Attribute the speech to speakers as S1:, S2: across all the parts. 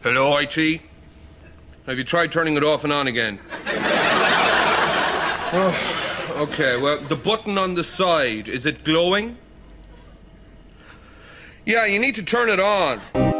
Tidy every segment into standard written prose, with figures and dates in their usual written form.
S1: Hello, IT? Have you tried turning it off and on again? Oh, okay, well, the button on the side, is it glowing? Yeah, you need to turn it on.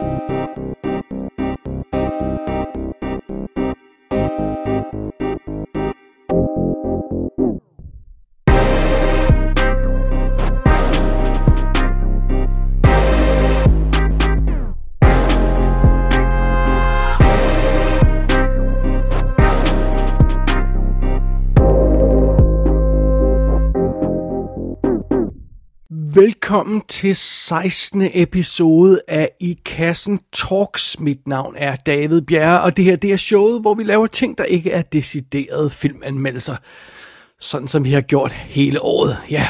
S2: Velkommen til 16. episode af I Kassen Talks. Mit navn er David Bjerre, og det her det er showet, hvor vi laver ting, der ikke er deciderede filmanmeldelser. Sådan som vi har gjort hele året, ja.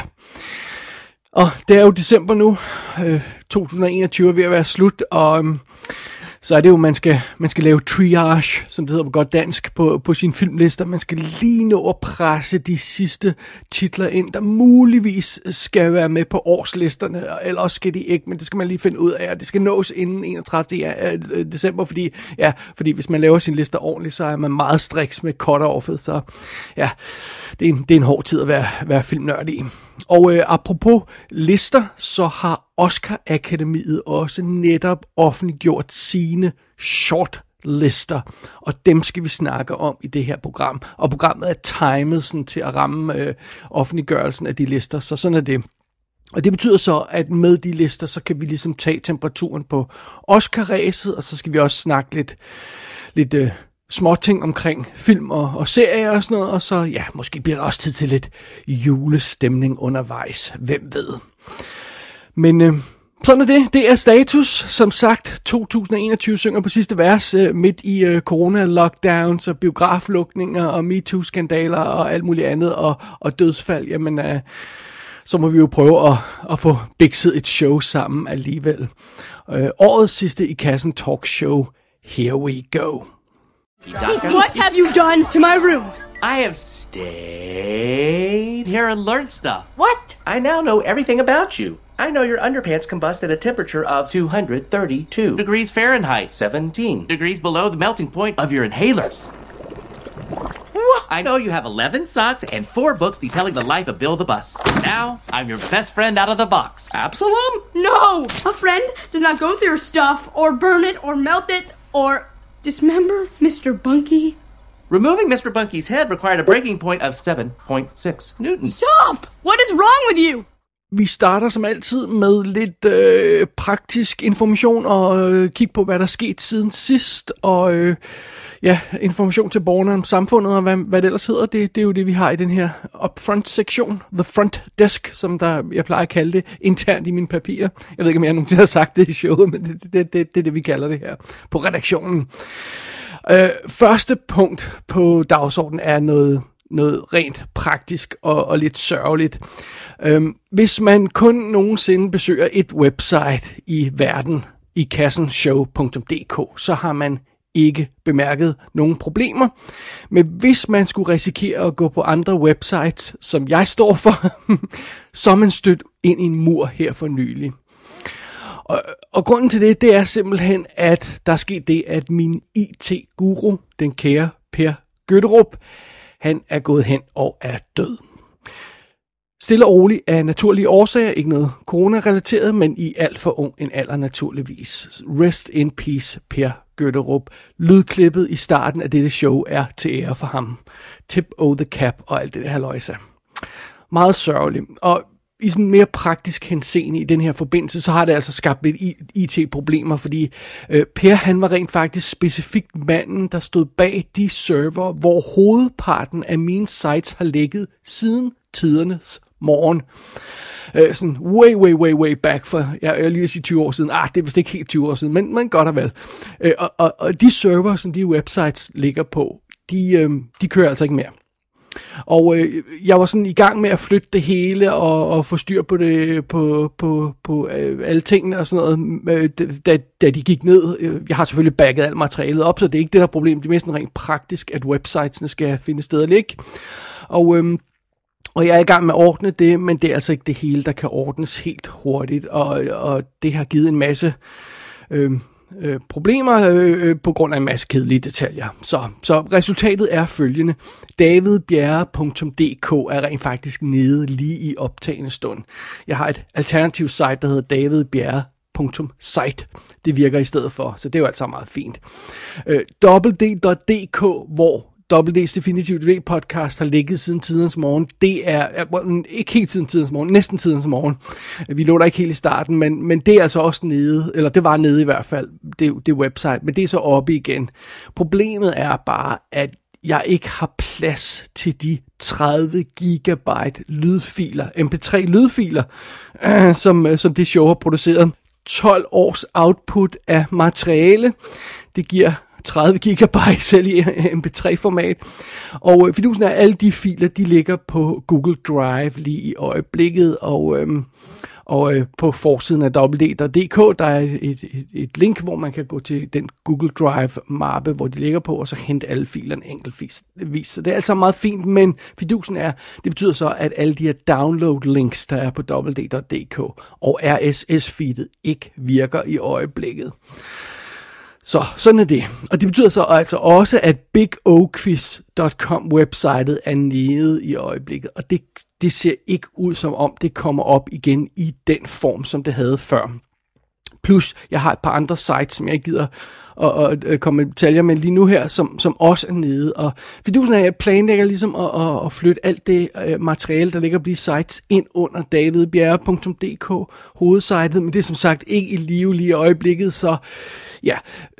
S2: Og det er jo december nu, 2021 er ved at være slut, og så er det jo, man skal lave triage, som det hedder på godt dansk, på sine filmlister. Man skal lige nå at presse de sidste titler ind, der muligvis skal være med på årslisterne, eller også skal de ikke, men det skal man lige finde ud af, og det skal nås inden 31. december, fordi hvis man laver sin lister ordentligt, så er man meget striks med cut-offet, så ja, det er en hård tid at være filmnørd i. Og apropos lister, så har Oscar-akademiet også netop offentliggjort sine shortlister, og dem skal vi snakke om i det her program. Og programmet er timet sådan til at ramme offentliggørelsen af de lister, så sådan er det. Og det betyder så, at med de lister, så kan vi ligesom tage temperaturen på Oscar-ræset, og så skal vi også snakke lidt småting omkring film og serier og sådan noget, og så ja, måske bliver der også tid til lidt julestemning undervejs, hvem ved. Men sådan er det. Det er status. Som sagt, 2021 synger på sidste vers midt i corona-lockdowns og biograflukninger og MeToo-skandaler og alt muligt andet og dødsfald. Jamen, så må vi jo prøve at få bikset et show sammen alligevel. Årets sidste I Kassen Talk Show. Here we go.
S3: What have you done to my room?
S4: I have stayed here and learned stuff.
S3: What?
S4: I now know everything about you. I know your underpants combust at a temperature of 232 degrees Fahrenheit, 17 degrees below the melting point of your inhalers. I know you have 11 socks and 4 books detailing the life of Bill the Bus. Now, I'm your best friend out of the box. Absalom?
S3: No! A friend does not go through your stuff, or burn it, or melt it, or dismember Mr. Bunky.
S4: Removing Mr. Bunky's head required a breaking point of 7.6 newtons.
S3: Stop! What is wrong with you?
S2: Vi starter som altid med lidt praktisk information og kigge på, hvad der er sket siden sidst, og information til borgerne om samfundet og hvad det ellers hedder. Det er jo det, vi har i den her upfront-sektion, the front desk, som jeg plejer at kalde det, internt i mine papirer. Jeg ved ikke, om jeg nogensinde har sagt det i showet, men det er det, vi kalder det her på redaktionen. Første punkt på dagsordenen er noget rent praktisk og lidt sørgeligt. Hvis man kun nogensinde besøger et website i verden, i kassenshow.dk, så har man ikke bemærket nogen problemer. Men hvis man skulle risikere at gå på andre websites, som jeg står for, så er man stødt ind i en mur her for nylig. Og grunden til det er simpelthen, at der er sket det, at min IT-guru, den kære Per Gøtterup, han er gået hen og er død. Stille og roligt af naturlige årsager, ikke noget corona-relateret, men i alt for ung en alder naturligvis. Rest in peace, Per Gøtterup. Lydklippet i starten af dette show er til ære for ham. Tip of the cap og alt det der halløjse. Meget sørgeligt. Og i sådan mere praktisk henseende i den her forbindelse, så har det altså skabt lidt IT-problemer, fordi Per, han var rent faktisk specifikt manden, der stod bag de server, hvor hovedparten af mine sites har ligget siden tidernes morgen. Sådan way back for, jeg lige vil sige 20 år siden. Det er vist ikke helt 20 år siden, men godt og vel. Og de server, som de websites ligger på, de kører altså ikke mere. Og jeg var sådan i gang med at flytte det hele og få styr på det på alle tingene og sådan noget, da de gik ned. Jeg har selvfølgelig backet alt materialet op, så det er ikke det der problem. Det er mest rent praktisk, at websitesene skal finde sted at ligge. Og jeg er i gang med at ordne det, men det er altså ikke det hele, der kan ordnes helt hurtigt. Og det har givet en masse problemer på grund af en masse kedelige detaljer. Så resultatet er følgende. davidbjerre.dk er rent faktisk nede lige i optagende stund. Jeg har et alternativ site, der hedder davidbjerre.site. Det virker i stedet for, så det er jo altså meget fint. www.dk, hvor WD's Definitivt V podcast har ligget siden tidens morgen. Det er ikke helt siden tidens morgen, næsten tidens morgen. Vi lå der ikke helt i starten, men det er altså også nede, eller det var nede i hvert fald, det website, men det er så oppe igen. Problemet er bare, at jeg ikke har plads til de 30 gigabyte lydfiler, MP3 lydfiler, som det show har produceret. 12 års output af materiale. Det giver 30 gigabyte selv i MP3-format. Og fidusen er, at alle de filer, de ligger på Google Drive lige i øjeblikket, og på forsiden af www.dk, der er et link, hvor man kan gå til den Google Drive-mappe, hvor de ligger på, og så hente alle filerne enkeltvis. Så det er altså meget fint, men fidusen er, det betyder så, at alle de her download-links, der er på www.dk og RSS-feedet ikke virker i øjeblikket. Så sådan er det. Og det betyder så altså også, at bigoquiz.com websitet er nede i øjeblikket. Og det ser ikke ud som om, det kommer op igen i den form, som det havde før. Plus, jeg har et par andre sites, som jeg ikke gider at komme med detaljer med lige nu her, som også er nede. Og fidusen er, at jeg planlægger ligesom at flytte alt det materiale, der ligger på de sites, ind under davidbjerre.dk hovedsitet, men det er som sagt ikke i live lige i øjeblikket, så ja,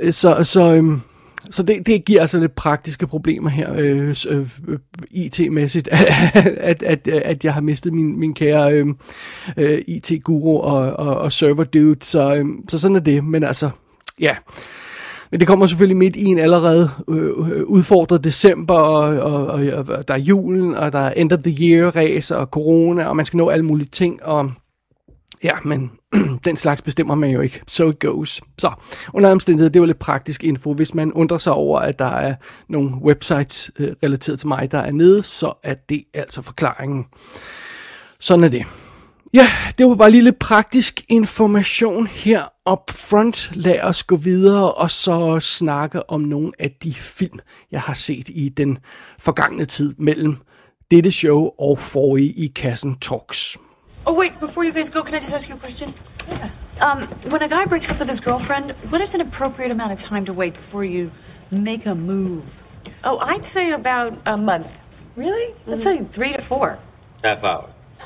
S2: så det giver altså lidt praktiske problemer her, IT-mæssigt, at jeg har mistet min kære IT-guru og server-dude, så sådan er det, men altså, ja. Men det kommer selvfølgelig midt i en allerede udfordret december, og der er julen, og der er end of the year-race, og corona, og man skal nå alle mulige ting, og ja, men den slags bestemmer man jo ikke. So it goes. Så under omstændighed, det var lidt praktisk info. Hvis man undrer sig over, at der er nogle websites relateret til mig, der er nede, så er det altså forklaringen. Sådan er det. Ja, det var bare lige lidt praktisk information her up front. Lad os gå videre og så snakke om nogle af de film, jeg har set i den forgangne tid mellem dette show og forrige i Kassen Talks.
S5: Oh, wait, before you guys go, can I just ask you a question? Yeah. When a guy breaks up with his girlfriend, what is an appropriate amount of time to wait before you make a move?
S6: Oh, I'd say about a month.
S5: Really?
S6: Let's say 3 to 4.
S7: Half hour.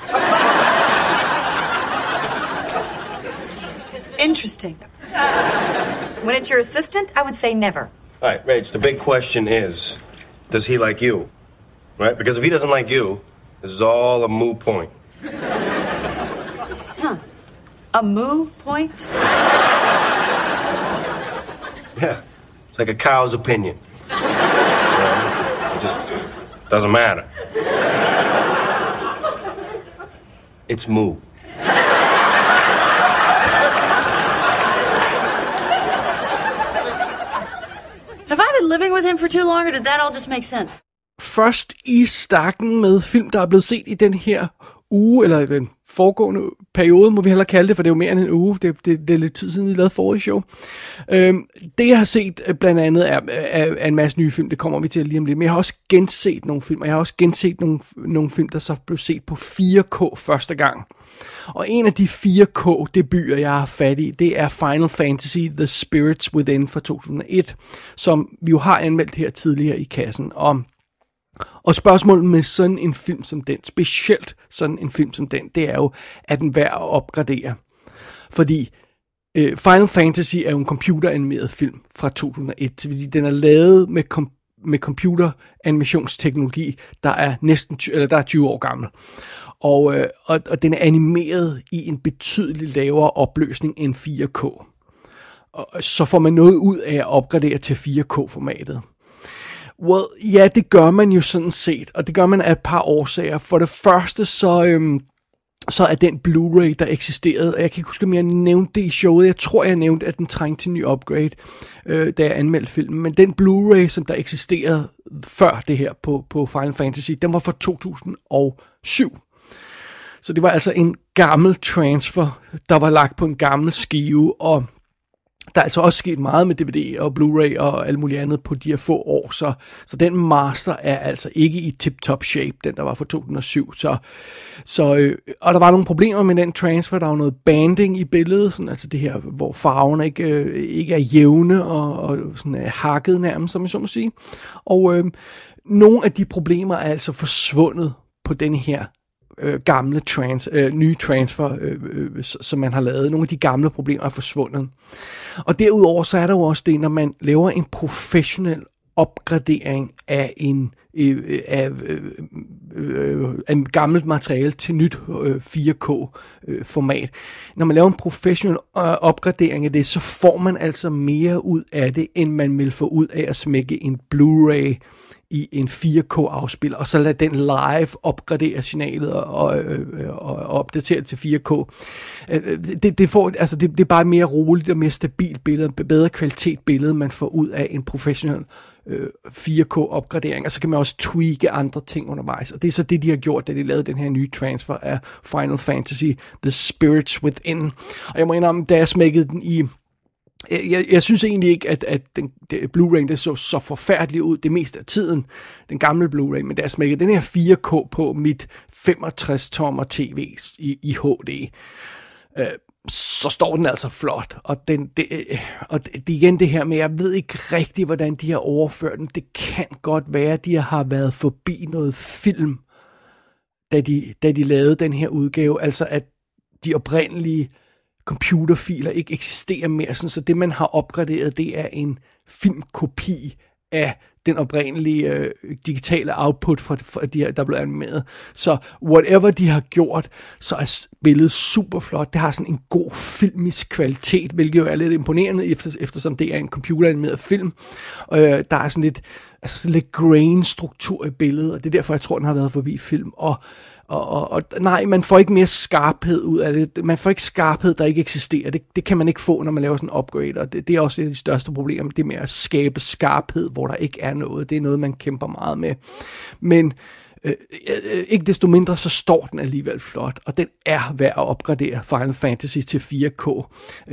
S5: Interesting.
S6: When it's your assistant, I would say never.
S7: All right, Rach, the big question is, does he like you? Right? Because if he doesn't like you, this is all a moot point.
S5: Huh. A moo point?
S7: Yeah. It's like a cow's opinion. It just doesn't matter. It's moo.
S5: Have I been living with him for too long, or did that all just make sense?
S2: Først i stakken med film, der er blevet set i den her uge, eller den foregående periode, må vi hellere kalde det, for det er jo mere end en uge. Det er lidt tid siden, vi lavede forrige show. Det, jeg har set blandt andet, er en masse nye film. Det kommer vi til lige om lidt. Men jeg har også genset nogle film, og jeg har også genset nogle film, der så blev set på 4K første gang. Og en af de 4K-debuter, jeg har fat i, det er Final Fantasy The Spirits Within fra 2001, som vi jo har anmeldt her tidligere i kassen. Og spørgsmålet med sådan en film som den, specielt sådan en film som den, det er jo, at den værd at opgradere. Fordi Final Fantasy er jo en computeranimeret film fra 2001, fordi den er lavet med computeranimationsteknologi, der er 20 år gammel. Og den er animeret i en betydeligt lavere opløsning end 4K. Og så får man noget ud af at opgradere til 4K-formatet. Well, ja, det gør man jo sådan set, og det gør man af et par årsager. For det første, så er den Blu-ray, der eksisterede, og jeg kan ikke huske, om jeg nævnte det i showet, jeg tror, jeg nævnte, at den trængte til ny upgrade, da jeg anmeldte filmen, men den Blu-ray, som der eksisterede før det her på Final Fantasy, den var fra 2007. Så det var altså en gammel transfer, der var lagt på en gammel skive, og Der er altså også sket meget med DVD og Blu-ray og alt muligt andet på de her få år, så den master er altså ikke i tip-top shape, den der var fra 2007. Og der var nogle problemer med den transfer, der var noget banding i billedet, sådan, altså det her, hvor farverne ikke er jævne og sådan er hakket nærmest, som jeg så må sige. Og nogle af de problemer er altså forsvundet på den her gamle nye transfer, som man har lavet. Nogle af de gamle problemer er forsvundet. Og derudover så er der jo også det, når man laver en professionel opgradering af en gammelt materiale til nyt 4K-format. Når man laver en professionel opgradering af det, så får man altså mere ud af det, end man vil få ud af at smække en Blu-ray i en 4K-afspiller, og så lade den live opgradere signalet og opdatere det til 4K. Det er bare mere roligt og mere stabilt billede, bedre kvalitet billede, man får ud af en professionel 4K-opgradering, og så kan man også tweake andre ting undervejs, og det er så det, de har gjort, da de lavede den her nye transfer af Final Fantasy The Spirits Within. Og jeg må indrømme, da jeg smækkede den i Jeg synes egentlig ikke, at Blu-ray det så forfærdeligt ud det meste af tiden, den gamle Blu-ray, men da jeg smækkede den her 4K på mit 65-tommer tv i HD, så står den altså flot, og det igen det her med, jeg ved ikke rigtig, hvordan de har overført den. Det kan godt være, at de har været forbi noget film, da de lavede den her udgave, altså at de oprindelige computerfiler ikke eksisterer mere, så det man har opgraderet, det er en filmkopi af den oprindelige digitale output fra de her, der blev animeret. Så whatever de har gjort, så er billedet super flot. Det har sådan en god filmisk kvalitet, hvilket jo er lidt imponerende, eftersom det er en computeranimeret film. Der er sådan lidt grain-struktur i billedet, og det er derfor, jeg tror, den har været forbi film. Og nej, man får ikke mere skarphed ud af det. Man får ikke skarphed, der ikke eksisterer. Det kan man ikke få, når man laver sådan en upgrade, og det er også et af de største problemer. Det med at skabe skarphed, hvor der ikke er noget. Det er noget, man kæmper meget med. Men ikke desto mindre, så står den alligevel flot, og den er værd at opgradere Final Fantasy til 4K.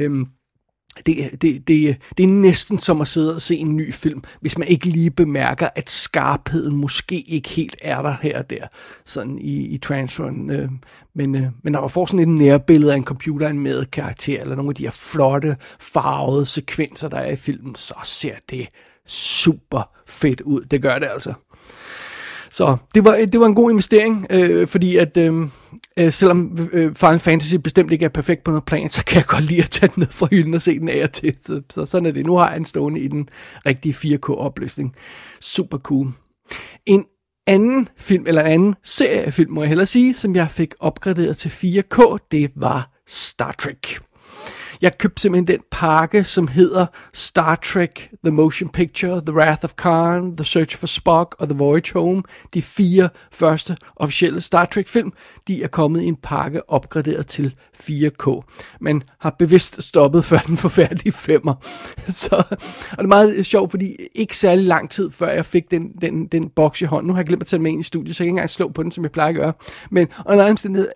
S2: Det er næsten som at sidde og se en ny film, hvis man ikke lige bemærker, at skarpheden måske ikke helt er der her og der, sådan i transferen. Men når man får sådan et nærbillede af en computeranimeret karakter, eller nogle af de her flotte, farvede sekvenser, der er i filmen, så ser det super fedt ud. Det gør det altså. Så det var en god investering, fordi at selvom Final Fantasy bestemt ikke er perfekt på noget plan, så kan jeg godt lide at tage den ned fra hylden og se den af og til. Så sådan er det. Nu har jeg en stående i den rigtige 4K-opløsning. Super cool. En anden film, eller en anden seriefilm, må jeg hellere sige, som jeg fik opgraderet til 4K, det var Star Trek. Jeg købte simpelthen den pakke, som hedder Star Trek, The Motion Picture, The Wrath of Khan, The Search for Spock og The Voyage Home. De 4 første officielle Star Trek film, de er kommet i en pakke opgraderet til 4K. Man har bevidst stoppet før den forfærdelige 5'er. Og det er meget sjovt, fordi ikke særlig lang tid før jeg fik den boks i hånden. Nu har jeg glemt at tage den med ind i studiet, så jeg kan ikke engang slå på den, som jeg plejer at gøre. Men under omstændighed,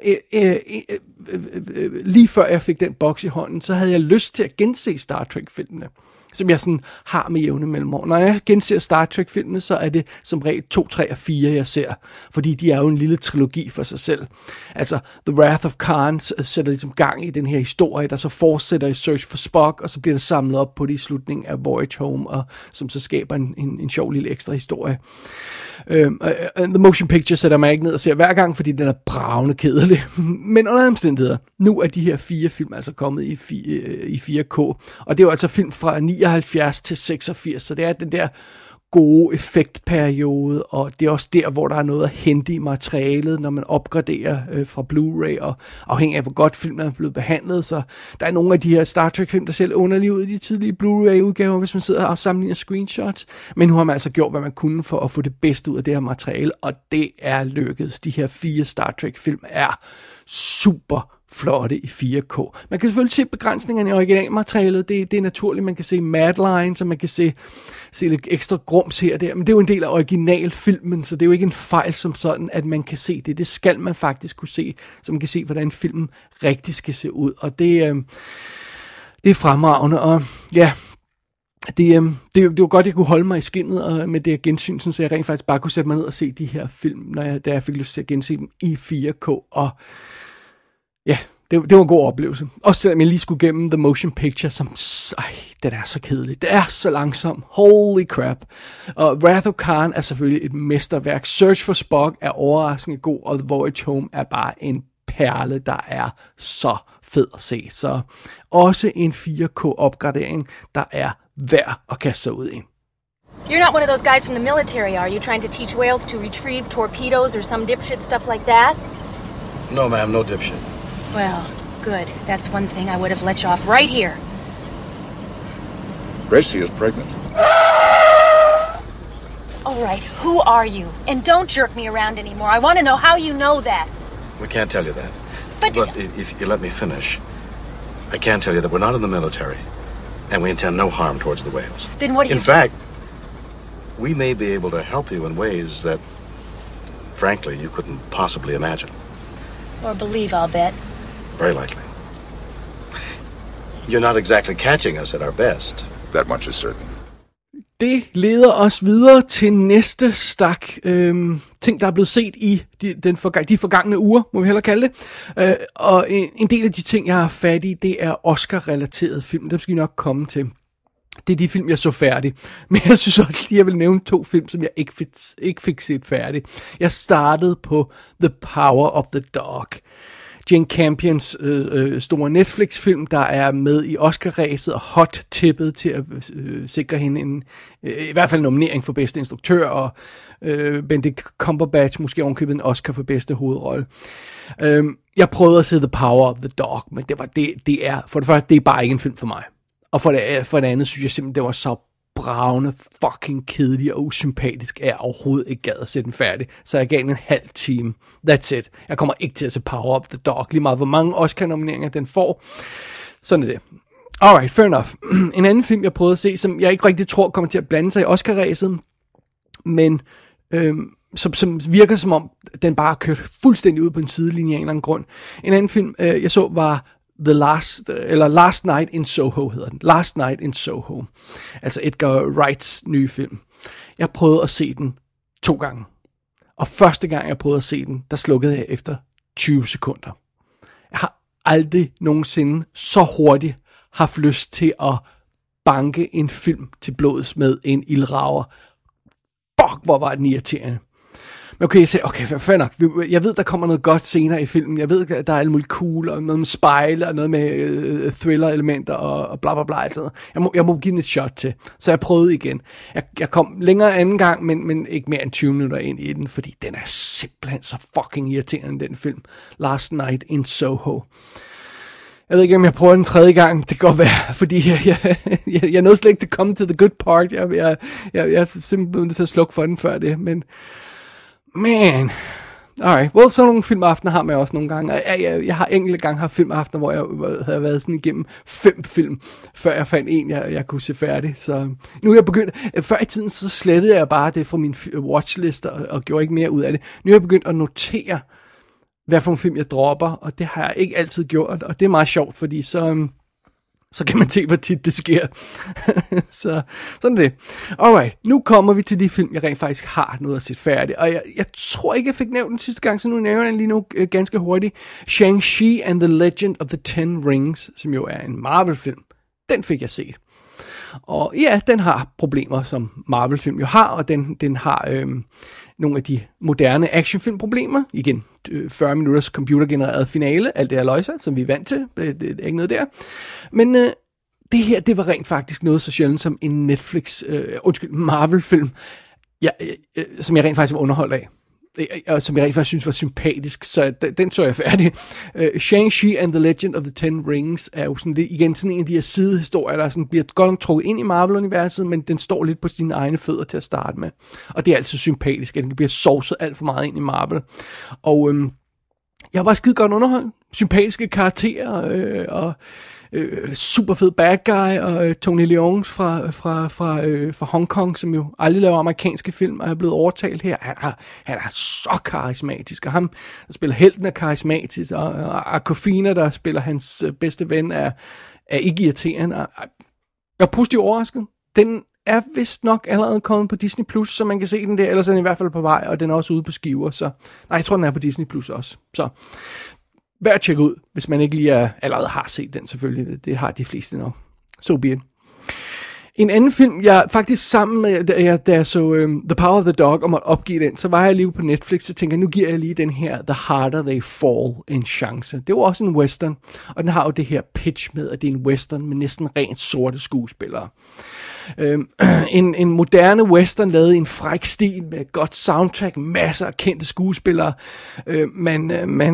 S2: lige før jeg fik den boks i hånden, så havde jeg lyst til at gense Star Trek-filmene, som jeg sådan har med jævne mellemår. Når jeg genser Star Trek-filmene, så er det som regel 2, 3 og 4, jeg ser, fordi de er jo en lille trilogi for sig selv. Altså, The Wrath of Khan sætter ligesom gang i den her historie, der så fortsætter i Search for Spock, og så bliver det samlet op på det i slutningen af Voyage Home, og som så skaber en sjov lille ekstra historie. The Motion Picture sætter mig ikke ned og ser hver gang, fordi den er bravende kedelig. Men under omstændigheder, nu er de her 4 film altså kommet i 4K, og det er jo altså film fra 79 til 86, så det er den der gode effektperiode, og det er også der, hvor der er noget at hente i materialet, når man opgraderer fra Blu-ray, og afhængig af, hvor godt filmen er blevet behandlet, så der er nogle af de her Star Trek-film, der ser underligt ud i de tidlige Blu-ray-udgaver, hvis man sidder og sammenligner screenshots, men nu har man altså gjort, hvad man kunne for at få det bedste ud af det her materiale, og det er lykkedes. De her 4 Star Trek-film er super flotte i 4K. Man kan selvfølgelig se begrænsningerne i originalmaterialet, det er naturligt, man kan se madlines, og man kan se lidt ekstra grums her og der, men det er jo en del af originalfilmen, så det er jo ikke en fejl som sådan, at man kan se det. Det skal man faktisk kunne se, så man kan se, hvordan filmen rigtig skal se ud, og det Det er fremragende, og ja, det var godt, jeg kunne holde mig i skindet og med det her gensyn, så jeg rent faktisk bare kunne sætte mig ned og se de her film, da jeg fik lyst til at gense dem i 4K, og ja, det var en god oplevelse. Også selvom jeg lige skulle gennem The Motion Picture, som, den er så kedelig. Det er så langsom. Holy crap. Og Wrath of Khan er selvfølgelig et mesterværk. Search for Spock er overraskende god, og The Voyage Home er bare en perle, der er så fed at se. Så også en 4K-opgradering, der er værd at kaste sig ud i.
S8: You're not one of those guys from the military, are you? Trying to teach whales to retrieve torpedoes or some dipshit stuff like that?
S9: No, ma'am, no dipshit.
S8: Well, good. That's one thing I would have let you off right here.
S9: Gracie is pregnant.
S8: All right, who are you? And don't jerk me around anymore. I want to know how you know that.
S9: We can't tell you that.
S8: But
S9: if you let me finish, I can tell you that we're not in the military, and we intend no harm towards the whales.
S8: Then what do you...
S9: In fact, we may be able to help you in ways that, frankly, you couldn't possibly imagine.
S8: Or believe, I'll bet.
S9: Very likely. You're not exactly catching us at our best.
S10: That much is certain.
S2: Det leder os videre til næste stak ting, der er blevet set i de forgangne uger, må vi hellere kalde det. Og en del af de ting, jeg har fat i, det er Oscar-relaterede film. Dem skal vi nok komme til. Det er de film, jeg så færdig. Men jeg synes også, at jeg vil nævne 2 film, som jeg ikke fik set færdig. Jeg startede på The Power of the Dog. Jane Campions store Netflix-film, der er med i Oscar-ræset og hot-tippet til at sikre hende i hvert fald en nominering for bedste instruktør, og Benedict Cumberbatch måske ovenkøbet en Oscar for bedste hovedrolle. Jeg prøvede at se The Power of the Dog, men det er for det første, det er bare ikke en film for mig. Og for det andet synes jeg simpelthen, det var så bravende, fucking kedelig og usympatisk, at jeg overhovedet ikke gad at sætte den færdig. Så jeg gav den en halv time. That's it. Jeg kommer ikke til at se Power of the Dog, lige meget hvor mange Oscar-nomineringer den får. Sådan er det. Alright, fair enough. En anden film, jeg prøvede at se, som jeg ikke rigtig tror kommer til at blande sig i Oscar-ræset, men som virker som om, den bare kørt fuldstændig ud på en sidelinje af en eller anden grund. En anden film, jeg så, var Last Night in Soho hedder den. Last Night in Soho. Altså Edgar Wrights nye film. Jeg prøvede at se den 2 gange. Og første gang jeg prøvede at se den, der slukkede jeg efter 20 sekunder. Jeg har aldrig nogensinde så hurtigt haft lyst til at banke en film til blods med en ildrager. Fuck, hvor var den irriterende. Men okay, jeg sagde, okay, fair nok. Jeg ved, der kommer noget godt senere i filmen. Jeg ved, der er alt muligt cool, og noget med spejle, og noget med thriller-elementer, og bla bla bla. Altså. Jeg må give den et shot til. Så jeg prøvede igen. Jeg kom længere anden gang, men ikke mere end 20 minutter ind i den, fordi den er simpelthen så fucking irriterende, den film. Last Night in Soho. Jeg ved ikke, om jeg prøver den 3. gang. Det kan godt være, fordi jeg nåede slet ikke til at komme til the good part. Jeg er simpelthen nødt til at slukke for den før det, men... Man, alright, well, så nogle filmaftener har man også nogle gange. Jeg har enkelte gange haft filmaftener, hvor jeg havde været sådan igennem 5 film, før jeg fandt en, jeg kunne se færdig. Så nu er jeg begyndt, før i tiden, så slettede jeg bare det fra min watchlist og gjorde ikke mere ud af det. Nu er jeg begyndt at notere, hvad for en film jeg dropper, og det har jeg ikke altid gjort, og det er meget sjovt, fordi så kan man se, hvor tit det sker. Så sådan det. Alright, nu kommer vi til de film, jeg rent faktisk har noget at se færdigt. Og jeg tror ikke, jeg fik nævnt den sidste gang, så nu nævner jeg den lige nu ganske hurtigt. Shang-Chi and the Legend of the Ten Rings, som jo er en Marvel-film. Den fik jeg set. Og ja, den har problemer, som Marvel-film jo har, og den har nogle af de moderne actionfilm-problemer. Igen, 40 minutters computergenereret finale, alt det her løjser, som vi er vant til. Det er ikke noget der. Men det her, det var rent faktisk noget så sjældent som en Marvel-film, som jeg rent faktisk var underholdt af. Og som jeg rent faktisk synes var sympatisk, så den så jeg færdig. Shang-Chi and the Legend of the Ten Rings er jo sådan lidt, igen sådan en af de her sidehistorier, der sådan bliver godt nok trukket ind i Marvel-universet, men den står lidt på sine egne fødder til at starte med. Og det er altid sympatisk, at den bliver sovset alt for meget ind i Marvel. Og jeg var skide godt underholdt. Sympatiske karakterer, og super fed bad guy, og Tony Leung fra Hong Kong, som jo aldrig laver amerikanske film, og er blevet overtalt her. Han er så karismatisk, og ham, der spiller helten, er karismatisk, og Awkwafina, der spiller hans bedste ven, er ikke irriterende. Jeg er positivt overrasket. Den er vist nok allerede kommet på Disney+, så man kan se den der, ellers er den i hvert fald på vej, og den er også ude på skiver, så... Nej, jeg tror, den er på Disney+ også. Så værd at tjekke ud, hvis man ikke lige allerede har set den, selvfølgelig. Det har de fleste nok. So be it. En anden film, jeg faktisk sammen med, da jeg så The Power of the Dog, og måtte opgive den, så var jeg lige på Netflix, og tænkte, nu giver jeg lige den her The Harder They Fall en chance. Det var også en western, og den har jo det her pitch med, at det er en western med næsten rent sorte skuespillere. En moderne western lavet i en fræk stil med godt soundtrack, masser af kendte skuespillere. Man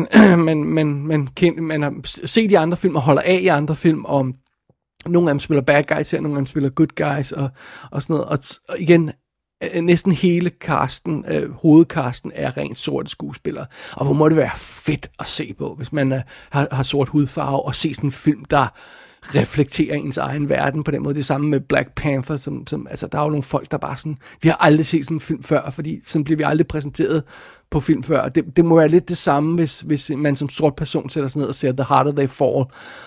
S2: har set de andre film og holder af i andre film, og nogle af dem spiller bad guys her, nogle af dem spiller good guys og sådan noget. Og igen, næsten hele casten, hovedcasten er rent sorte skuespillere. Og hvor må det være fedt at se på, hvis man har sort hudfarve og se sådan en film, der reflekterer ens egen verden på den måde. Det er samme med Black Panther, som altså der er jo nogle folk, der bare sådan, vi har aldrig set sådan en film før, fordi sådan bliver vi aldrig præsenteret på film før. Det må være lidt det samme, hvis man som sort person sætter sig ned og ser The Harder They Fall.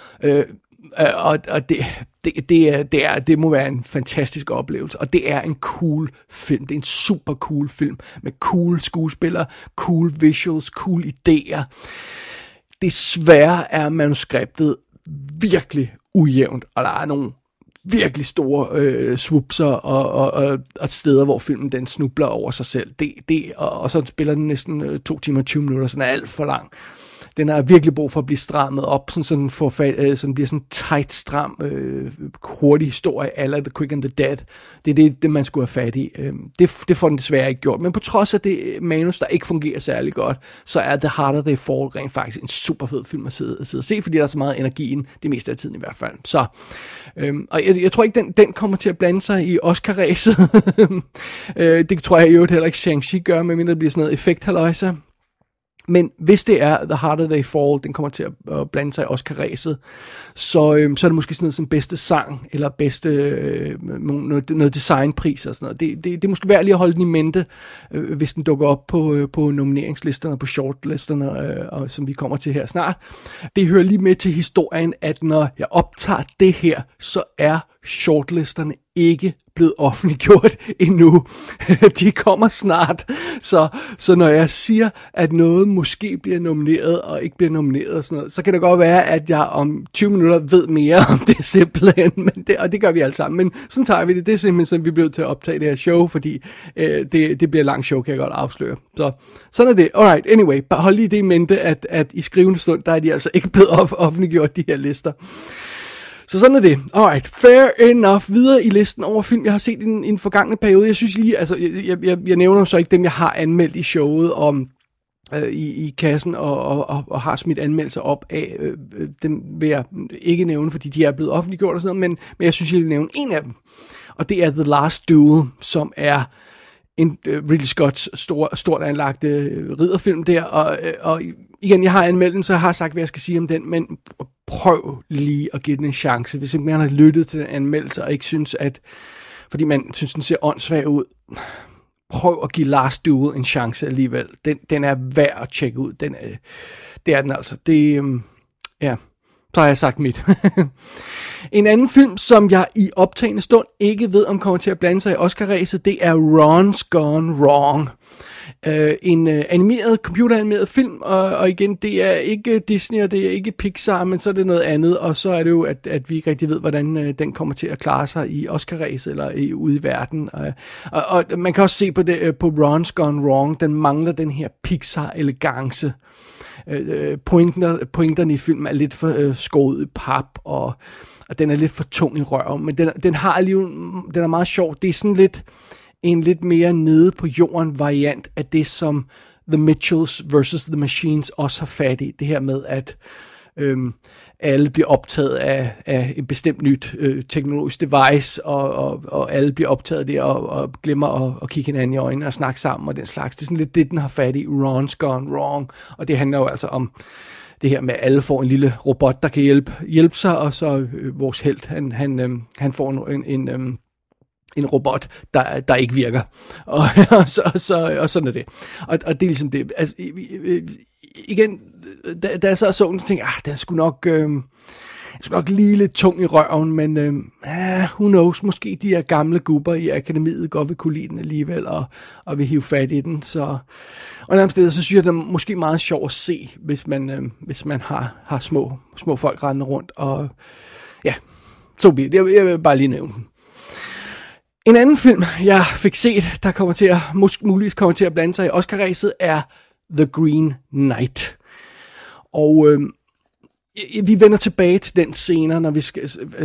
S2: Og det må være en fantastisk oplevelse, og det er en cool film. Det er en super cool film med cool skuespillere, cool visuals, cool idéer. Desværre er manuskriptet virkelig ujævnt, og der er nogle virkelig store swoopser og steder, hvor filmen den snubler over sig selv. Og så spiller den næsten 2 timer og 20 minutter, så den er alt for lang. Den har virkelig brug for at blive strammet op, så den bliver sådan en tight, stram, hurtig historie, a la The Quick and the Dead. Det er det man skulle have fat i. Det får den desværre ikke gjort. Men på trods af det manus, der ikke fungerer særlig godt, så er The Harder They Fall rent faktisk en super fed film at sidde og se, fordi der er så meget energi i den, det meste af tiden i hvert fald. Så, og jeg tror ikke, den kommer til at blande sig i Oscar-ræset. Det tror jeg i øvrigt heller ikke Shang-Chi gør, medmindre det bliver sådan noget effekt-halløjse. Men hvis det er The Harder They Fall, den kommer til at blande sig i Oscar-ræset, så er det måske sådan noget som bedste sang, eller bedste noget designpris og sådan noget. Det er måske værd lige at holde den i mente, hvis den dukker op på nomineringslisterne, på shortlisterne, og som vi kommer til her snart. Det hører lige med til historien, at når jeg optager det her, så er shortlisterne ikke blevet offentliggjort endnu. De kommer snart. Så når jeg siger, at noget måske bliver nomineret og ikke bliver nomineret og sådan noget, så kan det godt være, at jeg om 20 minutter ved mere om det simpelthen. Og det gør vi alle sammen. Men sådan tager vi det. Det er simpelthen sådan, vi bliver til at optage det her show, fordi det bliver et langt show, kan jeg godt afsløre. Så sådan er det. Alright, anyway. Bare hold lige det i mente, at i skrivende stund, der er de altså ikke blevet offentliggjort, de her lister. Så sådan er det. Alright, fair enough. Videre i listen over film, jeg har set i en forgangne periode. Jeg synes lige, altså, jeg nævner så ikke dem, jeg har anmeldt i showet om i kassen og har smidt anmeldelser op af. Dem vil jeg ikke nævne, fordi de er blevet offentliggjort og sådan noget, men jeg synes, jeg vil nævne en af dem. Og det er The Last Duel, som er en Ridley Scotts stort anlagte ridderfilm der, og igen, jeg har anmeldt den, så jeg har sagt, hvad jeg skal sige om den, men prøv lige at give den en chance, hvis man har lyttet til den anmeldelse, og ikke synes, fordi man synes, den ser åndssvag ud, prøv at give Last Duel en chance alligevel. Den er værd at tjekke ud. Det er den altså. Ja, så har jeg sagt mit. En anden film, som jeg i optagende stund ikke ved, om kommer til at blande sig i Oscar-ræset, det er Ron's Gone Wrong. En computeranimeret film, og igen, det er ikke Disney, og det er ikke Pixar, men så er det noget andet, og så er det jo, at vi ikke rigtig ved, hvordan den kommer til at klare sig i Oscar-ræset, eller ude i verden. Og man kan også se på det på Ron's Gone Wrong, den mangler den her Pixar-elegance. Pointerne i filmen er lidt for skåret i pap, og den er lidt for tung i røven, men den er meget sjov. Det er sådan lidt en lidt mere nede på jorden variant af det, som The Mitchells vs. The Machines også har fat i. Det her med, at alle bliver optaget af et bestemt nyt teknologisk device, og alle bliver optaget der og glemmer at kigge hinanden i øjnene og snakke sammen og den slags. Det er sådan lidt det, den har fat i. Ron's Gone Wrong. Og det handler jo altså om det her med, at alle får en lille robot, der kan hjælpe sig, og så vores helt, han får en robot, der ikke virker. Og sådan er det. Og det er ligesom det. Altså, igen, da jeg så den, så tænkte jeg, den skulle nok... skal nok lige lidt tung i røven, men who knows, måske de her gamle gubber i akademiet godt vil kunne lide den alligevel, og vil hive fat i den, så... Og nærmest det, så synes jeg, det er måske meget sjovt at se, hvis man har små folk rendende rundt, og ja, så bliver det. Jeg vil bare lige nævne den. En anden film, jeg fik set, der muligvis kommer til at blande sig i Oscar-ræset, er The Green Knight. Og vi vender tilbage til den senere, når vi skal,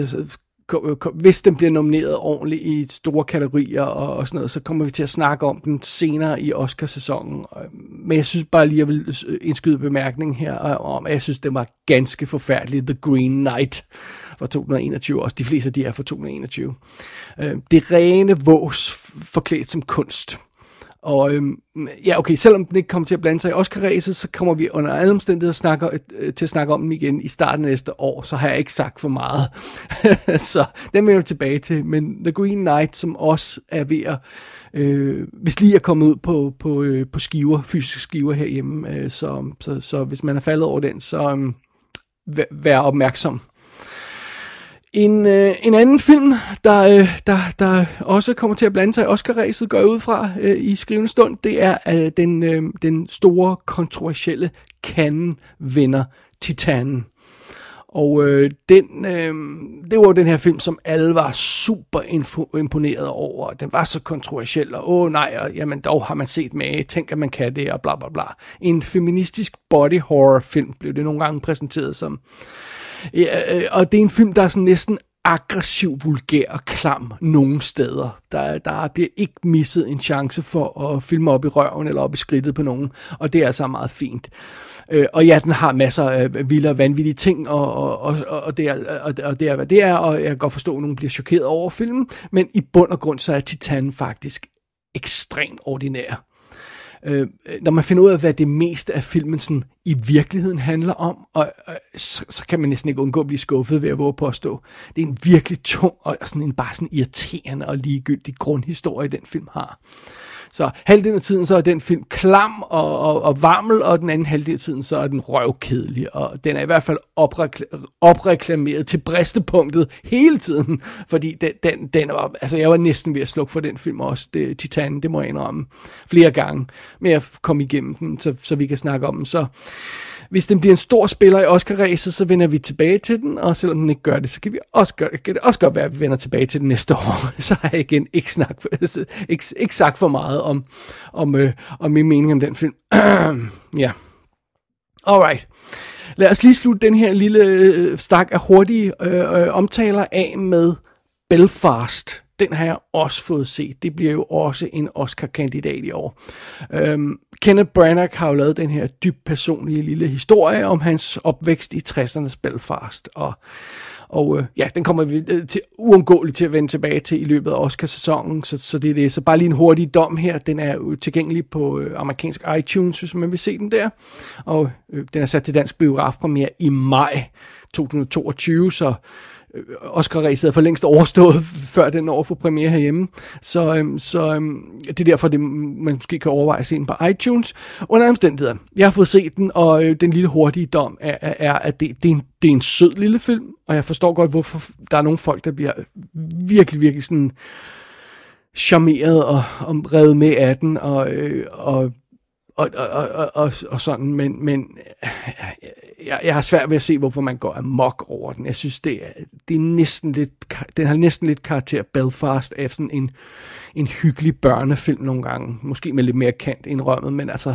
S2: hvis den bliver nomineret ordentligt i store kategorier og sådan noget, så kommer vi til at snakke om den senere i Oscarsæsonen. Men jeg synes bare lige, jeg vil indskyde bemærkning her om, at jeg synes, det var ganske forfærdeligt, The Green Knight fra 2021, også de fleste af de er fra 2021. Det rene vås forklædt som kunst. Og ja, okay, selvom den ikke kommer til at blande sig i Oscar-ræset, så kommer vi under alle omstændigheder til at snakke om den igen i starten af næste år, så har jeg ikke sagt for meget. Så den vender vi tilbage til. Men The Green Knight, som også er ved at, hvis lige er kommet ud på skiver, fysiske skiver herhjemme, så hvis man er faldet over den, så vær opmærksom. En anden film, der også kommer til at blande sig i Oscar-ræset, går jeg ud fra i skrivende stund, det er den store, kontroversielle Cannes-vinder Titanen. Og det var den her film, som alle var super imponeret over. Den var så kontroversiel, og jamen dog har man set med, tænk at man kan det, og bla bla bla. En feministisk body horror film blev det nogle gange præsenteret som. Og det er en film, der er sådan næsten aggressiv, vulgær og klam nogle steder. Der bliver ikke misset en chance for at filme op i røven eller op i skridtet på nogen, og det er altså meget fint. Og ja, den har masser af vilde og vanvittige ting, og det er, hvad det er, og jeg kan godt forstå, at nogen bliver chokeret over filmen, men i bund og grund, så er Titanen faktisk ekstremt ordinær. Når man finder ud af, hvad det meste af filmen sådan, i virkeligheden handler om, og så kan man næsten ikke undgå at blive skuffet ved at våge påstå. Det er en virkelig tung og sådan bare sådan irriterende og ligegyldig grundhistorie, den film har. Så halvdelen af tiden, så er den film klam og varmel, og den anden halvdel af tiden, så er den røvkedelig, og den er i hvert fald opreklameret til bristepunktet hele tiden, fordi den var, altså jeg var næsten ved at slukke for den film også, Titanen, det må jeg indrømme, flere gange, men jeg kom igennem den, så vi kan snakke om den, så hvis den bliver en stor spiller i Oscar-ræset, så vender vi tilbage til den, og selvom den ikke gør det, så kan det også godt være, at vi vender tilbage til den næste år. Så har jeg igen ikke sagt for meget om min mening om den film. Ja. Alright. Lad os lige slutte den her lille stak af hurtige omtaler af med Belfast. Den har jeg også fået set. Det bliver jo også en Oscar-kandidat i år. Kenneth Branagh har jo lavet den her dybt personlige lille historie om hans opvækst i 60'ernes Belfast. Og ja, den kommer vi uundgåeligt til at vende tilbage til i løbet af Oscar-sæsonen. Så det er det. Så bare lige en hurtig dom her. Den er jo tilgængelig på amerikansk iTunes, hvis man vil se den der. Og den er sat til dansk biografpremiere i maj 2022, så Oscar-ræset er for længst overstået, før den når for premiere herhjemme. Så det er derfor, man måske kan overveje at se den på iTunes. Under omstændigheder. Jeg har fået set den, og den lille hurtige dom er at det er en sød lille film, og jeg forstår godt, hvorfor der er nogle folk, der bliver virkelig, virkelig sådan charmeret og revet med af den, og sådan, men jeg har svært ved at se, hvorfor man går amok over den. Jeg synes, det er næsten lidt, den har næsten lidt karakter Belfast af sådan en hyggelig børnefilm nogle gange. Måske med lidt mere kant indrømmet, men altså,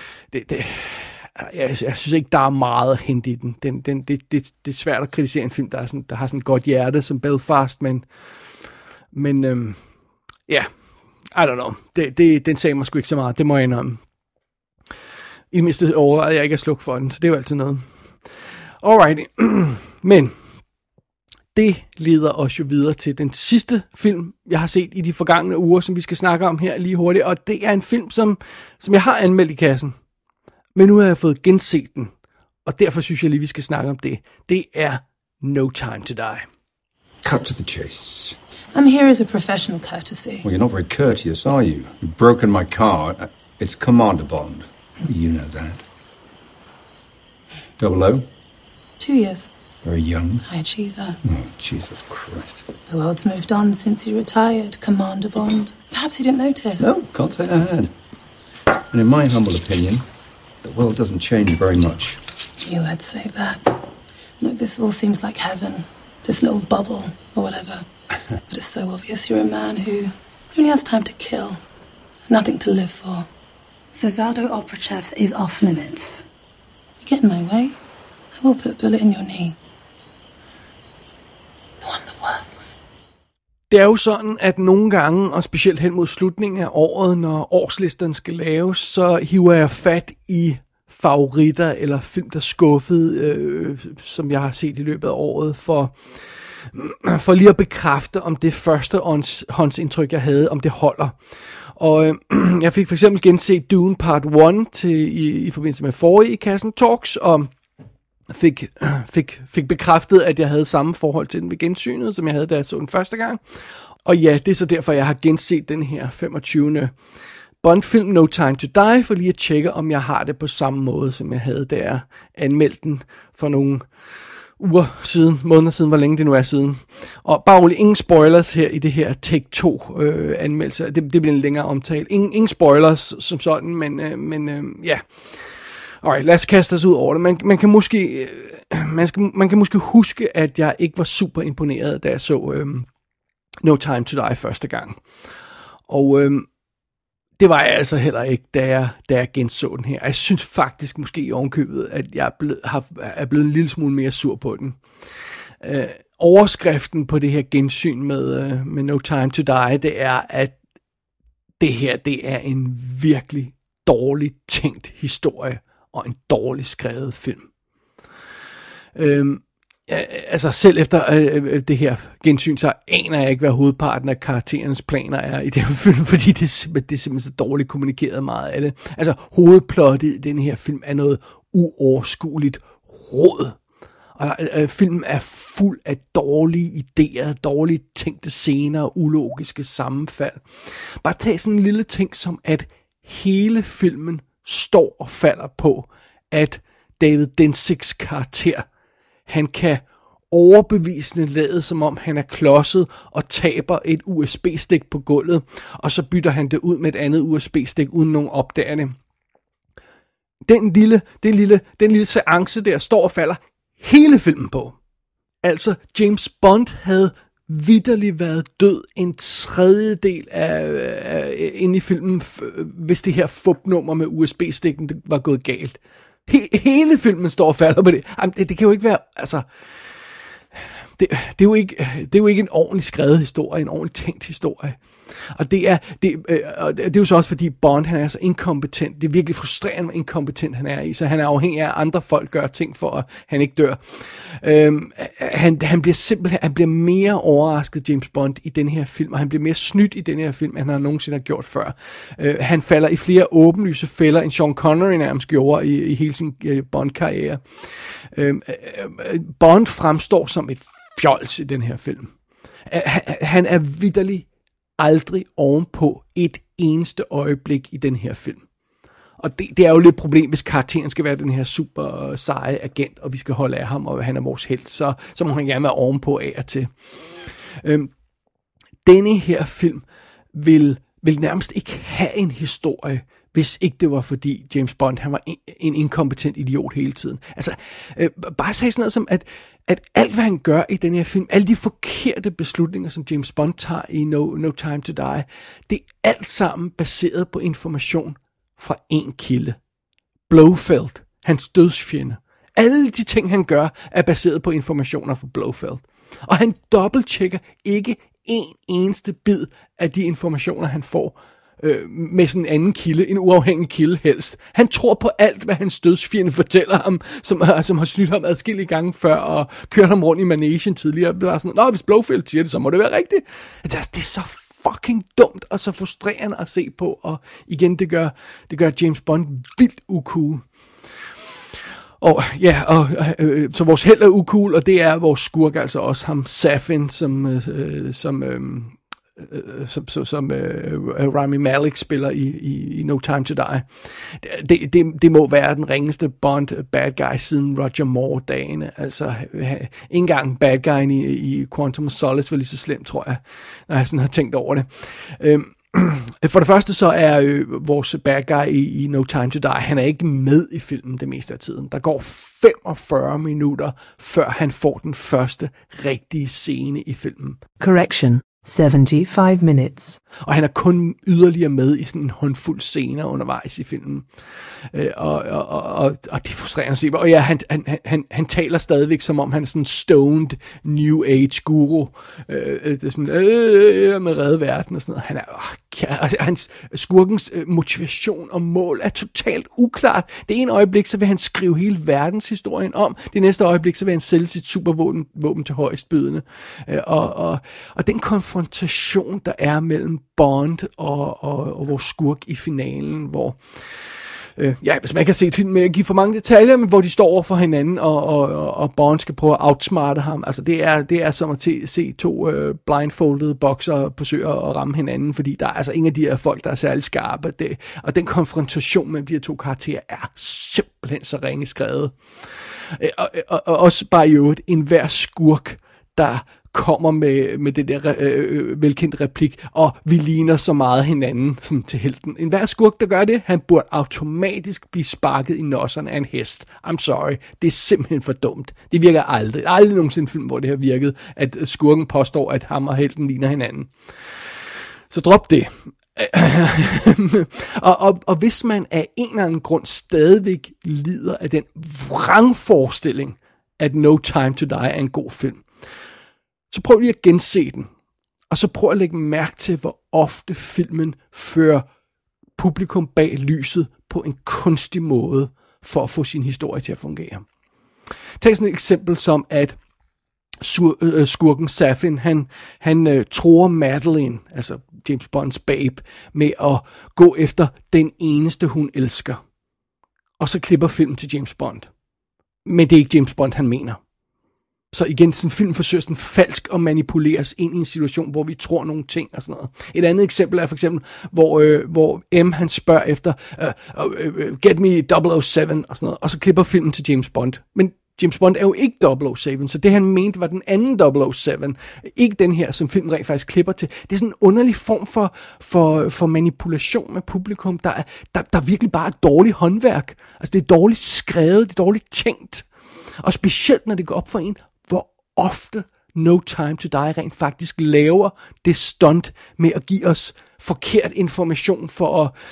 S2: jeg synes ikke, der er meget at hente i den. Det er svært at kritisere en film, der har sådan et godt hjerte som Belfast, men ja, I don't know. Den sagde mig sgu ikke så meget, det må jeg indrømme. I det mindste overvejede jeg ikke at slukke for den, så det er jo altid noget. Alrighty. Men det leder os jo videre til den sidste film, jeg har set i de forgangne uger, som vi skal snakke om her lige hurtigt. Og det er en film, som jeg har anmeldt i kassen. Men nu har jeg fået genset den. Og derfor synes jeg lige, vi skal snakke om det. Det er No Time to Die.
S10: Cut to the chase.
S11: I'm here as a professional courtesy.
S10: Well, you're not very courteous, are you? You've broken my car. It's Commander Bond. You know that. 00?
S11: 2 years.
S10: Very young.
S11: High achiever.
S10: Oh, Jesus Christ.
S11: The world's moved on since he retired, Commander Bond. Perhaps he didn't notice.
S10: No, can't say I had. And in my humble opinion, the world doesn't change very much.
S11: I'd say that. Look, this all seems like heaven. This little bubble, or whatever. But it's so obvious you're a man who only has time to kill. Nothing to live for.
S12: So Valdo Oprachev is off limits.
S11: You get in my way, I will put a bullet in your knee. The one that works.
S2: Det er jo sådan, at nogle gange, og specielt hen mod slutningen af året, når årslisterne skal laves, så hiver jeg fat i favoritter eller film, der skuffede, som jeg har set i løbet af året, for lige at bekræfte, om det første håndsindtryk, jeg havde, om det holder. Og jeg fik for eksempel genset Dune Part 1 i forbindelse med forrige Kassen Talks, og fik bekræftet, at jeg havde samme forhold til den ved gensynet, som jeg havde, da jeg så den første gang. Og ja, det er så derfor, jeg har genset den her 25. Bond-film No Time to Die, for lige at tjekke, om jeg har det på samme måde, som jeg havde, da jeg anmeldte den for nogle uger siden, måneder siden, hvor længe det nu er siden. Og bare roligt, ingen spoilers her i det her Take 2 anmeldelse. Det bliver en længere omtale. Ingen spoilers som sådan, men ja. Alright, lad os kaste os ud over det. Man kan måske huske, at jeg ikke var super imponeret, da jeg så No Time to Die første gang. Og det var jeg altså heller ikke, da jeg genså den her. Jeg synes faktisk måske i ovenkøbet, at jeg er blevet en lille smule mere sur på den. Overskriften på det her gensyn med No Time to Die, det er, at det her, det er en virkelig dårligt tænkt historie og en dårligt skrevet film. Altså selv efter det her gensyn, så aner jeg ikke, hvad hovedparten af karakterens planer er i den film, fordi det er simpelthen så dårligt kommunikeret meget af det. Altså hovedplottet i den her film er noget uoverskueligt rod. Og filmen er fuld af dårlige idéer, dårligt tænkte scener og ulogiske sammenfald. Bare tag sådan en lille ting som, at hele filmen står og falder på, at David Denzigs karakter, han kan overbevisende lade, som om han er klodset og taber et USB-stik på gulvet, og så bytter han det ud med et andet USB-stik, uden nogen opdager det. Den lille seance der står og falder hele filmen på. Altså, James Bond havde vitterligt været død en tredjedel af inde i filmen, hvis det her fupnummer med USB-stikken var gået galt. Hele filmen står og falder på det. Jamen, det kan jo ikke være, altså, det er jo ikke en ordentlig skrevet historie, en ordentlig tænkt historie. Og det er jo så også fordi Bond, han er så inkompetent. Det er virkelig frustrerende, hvor inkompetent han er i, så han er afhængig af, at andre folk gør ting for, at han ikke dør. Han bliver mere overrasket, James Bond, i den her film, og han bliver mere snydt i den her film, end han nogensinde har gjort før. Han falder i flere åbenlyse fælder, end Sean Connery nærmest gjorde i hele sin Bond-karriere. Bond fremstår som et fjols i den her film. Han er vitterlig aldrig ovenpå et eneste øjeblik i den her film. Og det er jo lidt et problem, hvis karakteren skal være den her super seje agent, og vi skal holde af ham, og han er vores helt, så må han gerne være ovenpå af og til. Denne her film vil nærmest ikke have en historie, hvis ikke det var fordi James Bond, han var en inkompetent idiot hele tiden. Altså, bare sige sådan noget som, at alt hvad han gør i den her film, alle de forkerte beslutninger, som James Bond tager i No Time to Die, det er alt sammen baseret på information fra en kilde. Blofeld, hans dødsfjende. Alle de ting, han gør, er baseret på informationer fra Blofeld. Og han dobbelttjekker ikke en eneste bid af de informationer, han får med sådan en anden kilde, en uafhængig kilde helst. Han tror på alt, hvad hans dødsfjende fortæller ham, som har snydt ham adskillige gange før, og kørt ham rundt i managen tidligere. Bare sådan, nå, hvis Blofeld siger det, så må det være rigtigt. Det er så fucking dumt, og så frustrerende at se på, og igen, det gør James Bond vildt ucool. Og ja, så vores held er ucool, og det er vores skurk, altså også ham Safin, som som Rami Malek spiller i No Time to Die. Det må være den ringeste Bond bad guy siden Roger Moore-dagene. Altså, ikke engang bad guyen i Quantum of Solace var lige så slemt, tror jeg, når jeg sådan har tænkt over det. For det første så er vores bad guy i No Time to Die, han er ikke med i filmen det meste af tiden. Der går 45 minutter, før han får den første rigtige scene i filmen.
S13: Correction. 75 minutes.
S2: Og han er kun yderligere med i sådan en håndfuld scener undervejs i filmen. Og det er frustrerende at se. Og ja, han taler stadigvæk, som om han er sådan en stoned New Age guru. Med redde verden og sådan noget. Han er, hans skurkens motivation og mål er totalt uklart. Det ene øjeblik, så vil han skrive hele verdenshistorien om. Det næste øjeblik, så vil han sælge sit supervåben til højestbydende. Og den konfrontation, der er mellem Bond og vores skurk i finalen, hvor hvis man kan se et film med at give for mange detaljer, men hvor de står over for hinanden, og Bond skal prøve at outsmarte ham. Altså det er som at se to blindfolded boksere forsøge at ramme hinanden, fordi der er altså ingen af de her folk, der er særlig skarpe. Og den konfrontation mellem de her to karakterer er simpelthen så ringe skrevet. Og også bare i øvrigt, enhver skurk, der kommer med det der velkendte replik, og vi ligner så meget hinanden sådan til helten. En hver skurk, der gør det, han burde automatisk blive sparket i nosserne af en hest. I'm sorry, det er simpelthen for dumt. Det virker aldrig. Der er aldrig nogensinde en film, hvor det har virket, at skurken påstår, at ham og helten ligner hinanden. Så drop det. og hvis man af en eller anden grund stadigvæk lider af den vrangforestilling, at No Time to Die er en god film, så prøv lige at gense den, og så prøv at lægge mærke til, hvor ofte filmen fører publikum bag lyset på en kunstig måde, for at få sin historie til at fungere. Tag sådan et eksempel som, at skurken Safin, han tror Madeleine, altså James Bonds babe, med at gå efter den eneste, hun elsker. Og så klipper filmen til James Bond. Men det er ikke James Bond, han mener. Så igen, sådan en film forsøger sådan falsk at manipuleres ind i en situation, hvor vi tror nogle ting og sådan noget. Et andet eksempel er for eksempel, hvor M han spørger efter, get me 007 og sådan noget, og så klipper filmen til James Bond. Men James Bond er jo ikke 007, så det han mente var den anden 007, ikke den her, som filmen rent faktisk klipper til. Det er sådan en underlig form for manipulation med publikum, der virkelig bare er dårligt håndværk. Altså det er dårligt skrevet, det er dårligt tænkt. Og specielt når det går op for en, hvor ofte No Time to Die rent faktisk laver det stunt med at give os forkert information for at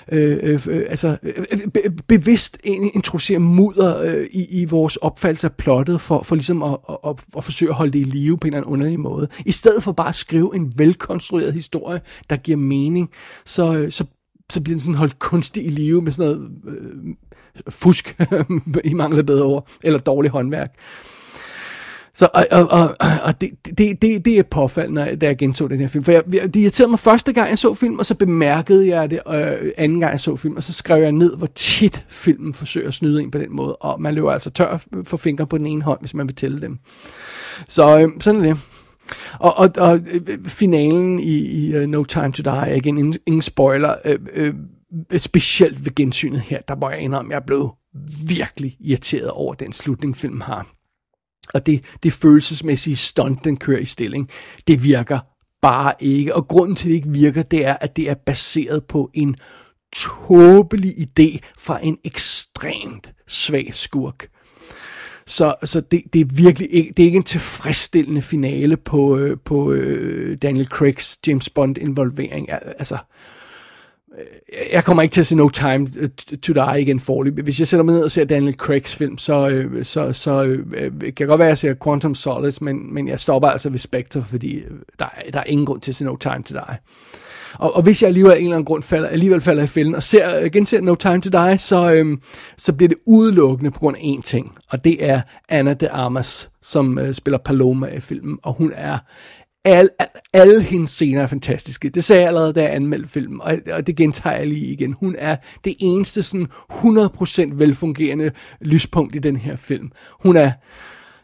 S2: bevidst introducere mudder i vores opfattelse af plottet for ligesom at forsøge at holde det i live på en eller anden underlig måde. I stedet for bare at skrive en velkonstrueret historie, der giver mening, så bliver den sådan holdt kunstigt i live med sådan noget fusk, i mangler bedre ord, eller dårlig håndværk. Så, og det er påfaldende, da jeg genså den her film. For det irriterede mig første gang, jeg så film, og så bemærkede jeg det anden gang, jeg så film, og så skrev jeg ned, hvor tit filmen forsøger at snyde en på den måde. Og man løber altså tør for fingre på den ene hånd, hvis man vil tælle dem. Så sådan er det. Og finalen i No Time to Die, igen ingen spoiler, specielt ved gensynet her, der må jeg indrømme, jeg blev virkelig irriteret over den slutning, filmen har. Og det følelsesmæssige stunt, den kører i stilling, det virker bare ikke. Og grunden til, at det ikke virker, det er, at det er baseret på en tåbelig idé fra en ekstremt svag skurk. Så det er virkelig ikke, det er ikke en tilfredsstillende finale på Daniel Craigs James Bond involvering. Altså, jeg kommer ikke til at se No Time to Die igen foreløbig. Hvis jeg sætter mig ned og ser Daniel Craigs film, så kan godt være, at jeg ser Quantum of Solace, men jeg stopper altså ved Spectre, fordi der er ingen grund til at se No Time to Die. Og hvis jeg alligevel af en eller anden grund alligevel falder i fælden og genser No Time to Die, så bliver det udelukkende på grund af én ting, og det er Ana de Armas, som spiller Paloma i filmen, og hun er alle hendes scener er fantastiske. Det sagde jeg allerede, da jeg anmeldte filmen, og det gentager jeg lige igen. Hun er det eneste sådan 100% velfungerende lyspunkt i den her film. Hun er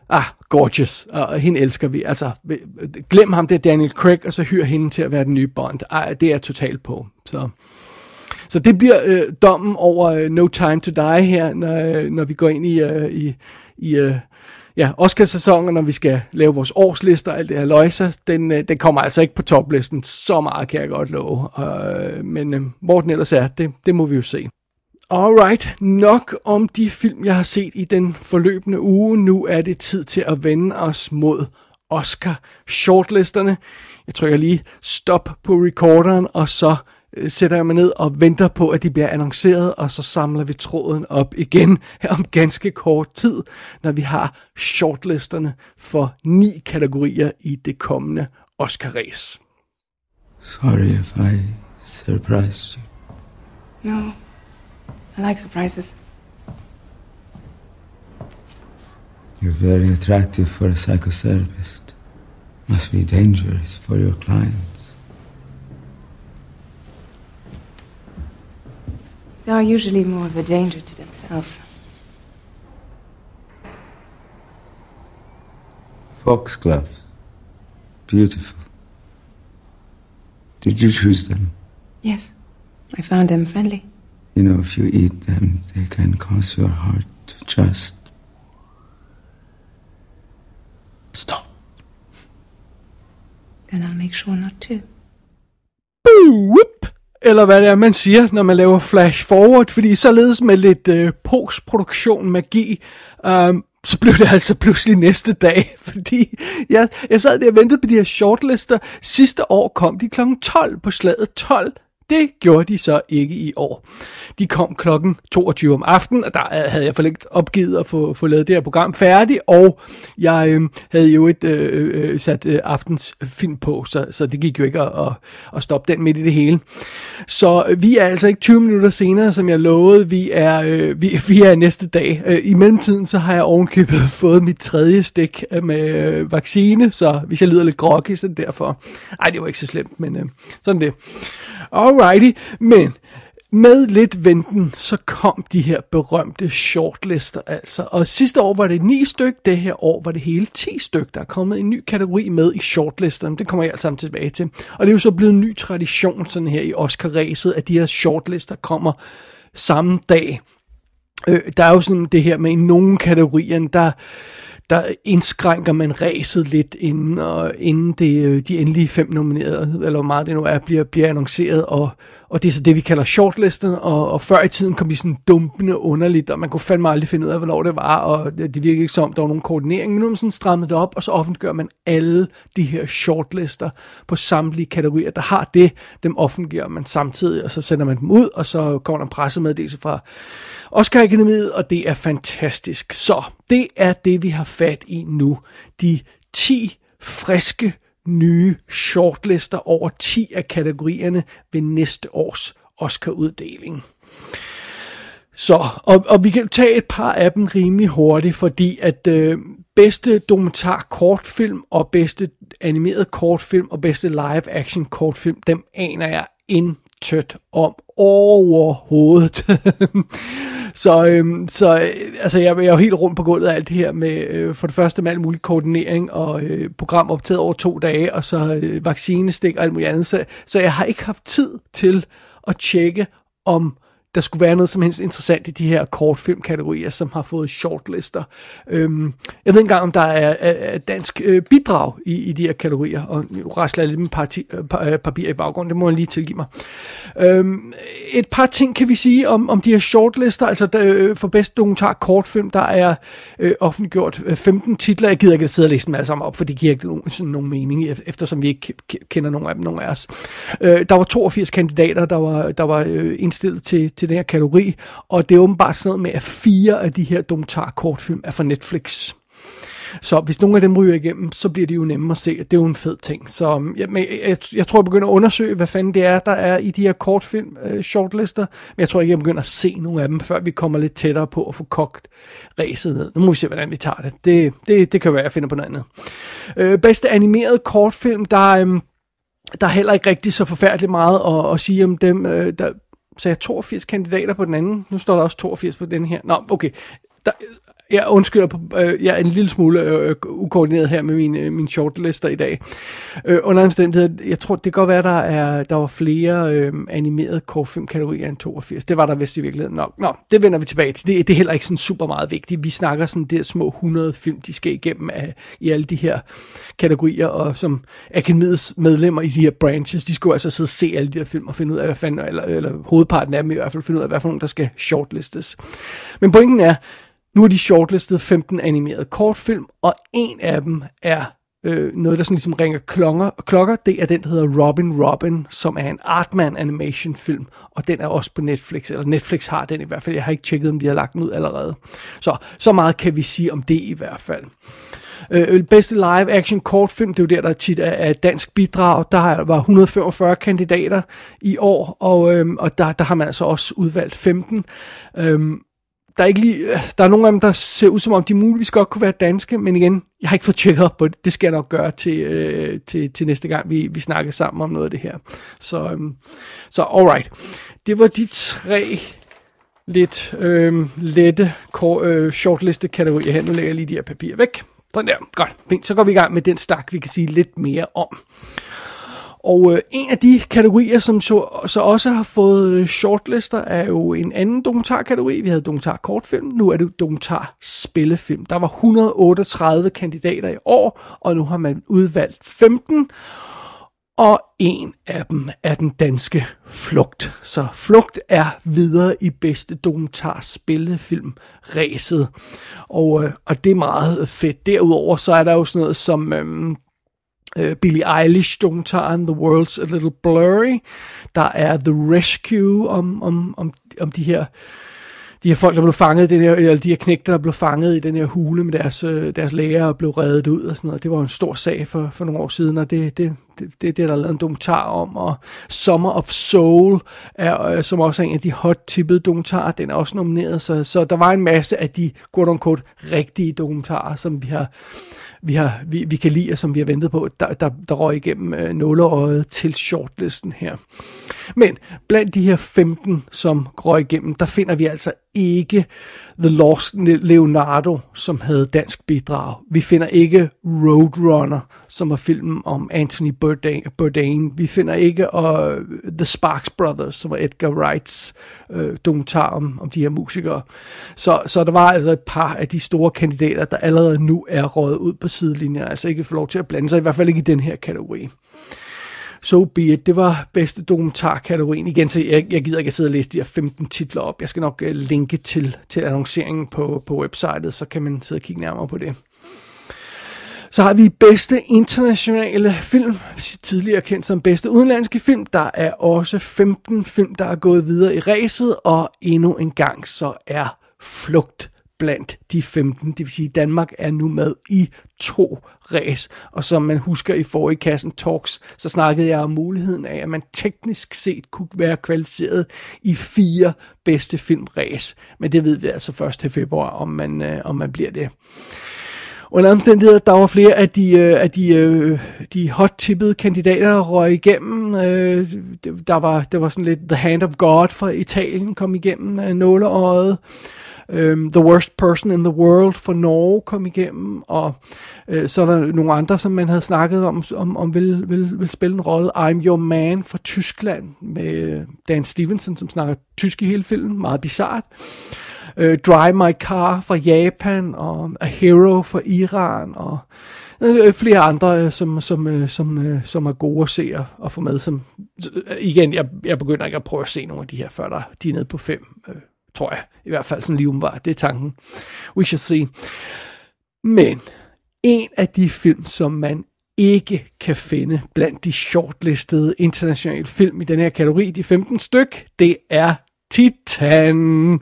S2: gorgeous, og hende elsker vi. Altså, glem ham, det er Daniel Craig, og så hyr hende til at være den nye Bond. Det er totalt på. Så det bliver dommen over No Time to Die her, når vi går ind i Oscar-sæsonen, når vi skal lave vores årslister og alt det her løjser. Den kommer altså ikke på toplisten, så meget kan jeg godt love. Men hvor den ellers er, det må vi jo se. Alright, nok om de film, jeg har set i den forløbende uge. Nu er det tid til at vende os mod Oscar-shortlisterne. Jeg trykker lige stop på recorderen, og så sætter jeg mig ned og venter på, at de bliver annonceret, og så samler vi tråden op igen om ganske kort tid, når vi har shortlisterne for 9 kategorier i det kommende Oscar-ræs.
S14: Sorry if I surprised you.
S11: No, I like surprises.
S14: You're very attractive for a psychotherapist. Must be dangerous for your clients.
S11: They are usually more of a danger to themselves.
S14: Foxgloves. Beautiful. Did you choose them?
S11: Yes, I found them friendly.
S14: You know, if you eat them, they can cause your heart to just stop.
S11: Then I'll make sure not to.
S2: Boop! Eller hvad det er, man siger, når man laver flash forward, fordi således med lidt postproduktion magi, så blev det altså pludselig næste dag, fordi jeg sad der og ventede på de her shortlister. Sidste år kom de klokken 12 på slaget 12. Det gjorde de så ikke i år. De kom klokken 22 om aftenen, og der havde jeg for længst opgivet at få lavet det her program færdigt, og jeg havde jo sat aftens film på, så det gik jo ikke at stoppe den midt i det hele. Så vi er altså ikke 20 minutter senere, som jeg lovede. Vi er næste dag. I mellemtiden så har jeg ovenkøbet fået mit 3. stik med vaccine, så hvis jeg lyder lidt groggy, så derfor. Ej, det var ikke så slemt, men sådan det. Alrighty, men med lidt venten, så kom de her berømte shortlister altså. Og sidste år var det 9 styk, det her år var det hele 10 styk. Der er kommet en ny kategori med i shortlisterne, det kommer jeg altså tilbage til. Og det er jo så blevet en ny tradition sådan her i Oscar-ræset, at de her shortlister kommer samme dag. Der er jo sådan det her med i nogle kategorier, der indskrænker man ræset lidt, inden de endelige 5 nominerede, eller hvor meget det nu er, bliver annonceret, og det er så det, vi kalder shortlisten, og før i tiden kom de sådan dumpende underligt, og man kunne fandme aldrig finde ud af, hvornår det var, og det virkede ikke som, der var nogen koordinering, men nu er man sådan strammet det op, og så offentliggør man alle de her shortlister på samtlige kategorier, der har det, dem offentliggør man samtidig, og så sender man dem ud, og så kommer der en pressemeddelelse fra Oscar-akademiet, og det er fantastisk. Så det er det, vi har fat i nu. De 10 friske, nye shortlister over 10 af kategorierne ved næste års Oscar-uddeling. Så, og vi kan tage et par af dem rimelig hurtigt, fordi at bedste dokumentar kortfilm og bedste animeret kortfilm og bedste live action kortfilm, dem aner jeg intet om overhovedet. Så altså jeg er jo helt rundt på gulvet af alt det her med for det første med alt mulig koordinering og program optaget over 2 dage, og så vaccinestik og alt muligt andet. Så jeg har ikke haft tid til at tjekke, om der skulle være noget som helst interessant i de her kortfilmkategorier, som har fået shortlister. Jeg ved ikke engang, om der er dansk bidrag i de her kategorier, og nu rasler jeg lidt med papir i baggrunden, det må jeg lige tilgive mig. Et par ting kan vi sige om de her shortlister, altså for bedste dokumentar kortfilm, der er offentliggjort 15 titler. Jeg gider ikke at sidde og læse dem alle sammen op, for det giver ikke nogen mening, eftersom vi ikke kender nogen af os. Der var 82 kandidater, der var indstillet til den her kategori, og det er åbenbart sådan noget med, at 4 af de her dokumentar-kortfilm er fra Netflix. Så hvis nogle af dem ryger igennem, så bliver det jo nemmere at se, at det er jo en fed ting. Så jeg tror, jeg begynder at undersøge, hvad fanden det er, der er i de her kortfilm shortlister, men jeg tror ikke, jeg begynder at se nogle af dem, før vi kommer lidt tættere på at få kogt ræset ned. Nu må vi se, hvordan vi tager det. Det kan være, at jeg finder på noget andet. Bedste animeret kortfilm, der er heller ikke rigtig så forfærdeligt meget at sige om dem. Så jeg har 82 kandidater på den anden. Nu står der også 82 på den her. Nå, okay. Jeg undskylder, jeg er en lille smule ukoordineret her med min shortlister i dag. Under omstændigheder, jeg tror, det kan godt være, der var flere animerede kortfilmkategorier end 82. Det var der vist i virkeligheden nok. Nå, det vender vi tilbage til. Det er heller ikke sådan super meget vigtigt. Vi snakker sådan de små 100 film, de skal igennem i alle de her kategorier, og som akademiets medlemmer i de her branches, de skulle altså sidde og se alle de her film og finde ud af, hvad fanden, eller hovedparten af dem i hvert fald, finde ud af, hvad for nogen, der skal shortlistes. Men pointen er, nu har de shortlistet 15 animerede kortfilm, og en af dem er noget, der sådan ligesom ringer klokker. Det er den, der hedder Robin, som er en Artman Animation film, og den er også på Netflix, eller Netflix har den i hvert fald. Jeg har ikke tjekket, om de har lagt den ud allerede. Så meget kan vi sige om det i hvert fald. Bedste live action kortfilm, det er jo der tit er dansk bidrag. Der var 145 kandidater i år, og der har man altså også udvalgt 15. Der er nogle af dem, der ser ud som om, de muligvis godt kunne være danske, men igen, jeg har ikke fået tjekket op på det. Det skal jeg nok gøre til næste gang, vi snakker sammen om noget af det her. Så alright. Det var de 3 lidt lette shortliste kategorier her. Nu lægger jeg lige de her papirer væk. Sådan der. Godt. Fint. Så går vi i gang med den stak, vi kan sige lidt mere om. Og en af de kategorier, som så også har fået shortlister, er jo en anden dokumentarkategori. Vi havde dokumentar-kortfilm, nu er det dokumentar-spillefilm. Der var 138 kandidater i år, og nu har man udvalgt 15, og en af dem er den danske Flugt. Så Flugt er videre i bedste dokumentar-spillefilm-ræset, og det er meget fedt. Derudover så er der jo sådan noget som Billie Eilish dokumentaren The World's a Little Blurry. Der er The Rescue om de her folk, der blev fanget, eller de her knægter, der blev fanget i den her hule med deres læger og blev reddet ud og sådan noget. Det var en stor sag for nogle år siden, og det der er lavet en dokumentar om. Og Summer of Soul som også er en af de hot-tippede dokumentarer, den er også nomineret. Så der var en masse af de quote-unquote rigtige dokumentarer, som vi kan lide, og som vi har ventet på, der røg igennem nåleøjet til shortlisten her. Men blandt de her 15, som røg igennem, der finder vi altså ikke The Lost Leonardo, som havde dansk bidrag. Vi finder ikke Roadrunner, som var filmen om Anthony Bourdain. Vi finder ikke The Sparks Brothers, som var Edgar Wrights dokumentar om de her musikere. Så der var altså et par af de store kandidater, der allerede nu er røget ud på sidelinjen, altså ikke får lov til at blande sig, i hvert fald ikke i den her kategori. So be it. Det var bedste dokumentarkategorien. Igen, så jeg gider ikke at sidde og læse de her 15 titler op. Jeg skal nok linke til annonceringen på websitet, så kan man sidde og kigge nærmere på det. Så har vi bedste internationale film, tidligere kendt som bedste udenlandske film. Der er også 15 film, der er gået videre i ræset, og endnu en gang så er Flugt blandt de 15. Det vil sige, at Danmark er nu med i 2 ræs. Og som man husker i forrige Kassen Talks, så snakkede jeg om muligheden af, at man teknisk set kunne være kvalificeret i 4 bedste filmræs. Men det ved vi altså 1. februar, om man bliver det. Under omstændigheder, der var flere af de hot-tippede kandidater, der røg igennem. Det var sådan lidt The Hand of God fra Italien kom igennem nåleøjet. The Worst Person in the World fra Norge kom igennem, og så er der nogle andre, som man havde snakket om vil spille en rolle. I'm Your Man fra Tyskland med Dan Stevenson, som snakker tysk i hele filmen, meget bizart. Drive My Car fra Japan, og A Hero fra Iran, og flere andre, som er gode at se og få med. Som, igen, jeg begynder ikke at prøve at se nogle af de her, før de er nede på 5, tror jeg. I hvert fald sådan lige umiddelbart. Det er tanken. We shall see. Men en af de film, som man ikke kan finde blandt de shortlistede internationale film i den her kategori, de 15 styk, det er Titan.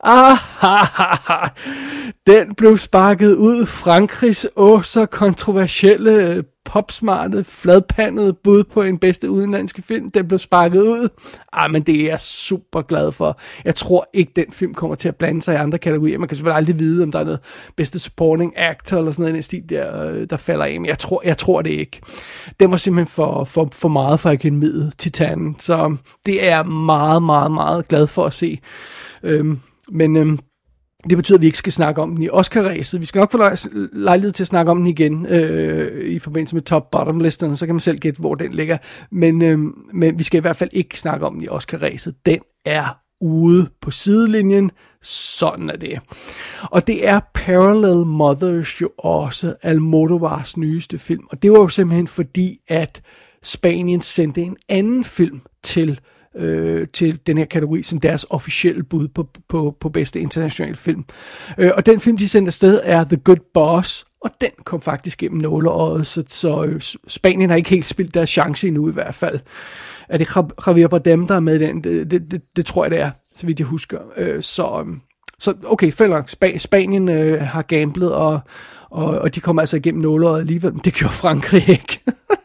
S2: Den blev sparket ud. Frankrigs så kontroversielle, popsmarte, fladpandede bud på en bedste udenlandske film. Den blev sparket ud. Men det er jeg super glad for. Jeg tror ikke, den film kommer til at blande sig i andre kategorier. Man kan selvfølgelig aldrig vide, om der er noget bedste supporting actor eller sådan noget i den stil, der falder af. Men jeg tror det ikke. Den var simpelthen for meget for akademiet, Titanen. Så det er jeg meget, meget, meget glad for at se. Men Det betyder, at vi ikke skal snakke om den i Oscar-ræset. Vi skal nok få lejlighed til at snakke om den igen i forbindelse med top-bottom-listerne, så kan man selv gætte, hvor den ligger. Men vi skal i hvert fald ikke snakke om den i Oscar-ræset. Den er ude på sidelinjen. Sådan er det. Og det er Parallel Mothers jo også Almodóvars nyeste film. Og det var jo simpelthen fordi, at Spanien sendte en anden film til den her kategori som deres officielle bud på bedste internationale film. Og den film, de sendte afsted, er The Good Boss, og den kom faktisk gennem nåleøjet, så Spanien har ikke helt spillet deres chance endnu i hvert fald. Er det Javier Bardem, der er med i den? Det tror jeg, det er, så vidt jeg husker. Så okay, fælder Spanien har gamblet, og de kommer altså igennem nåleøjet alligevel, men det gjorde Frankrig ikke.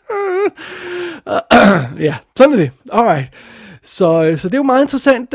S2: Ja, sådan er det. Alright. Så det er jo meget interessant.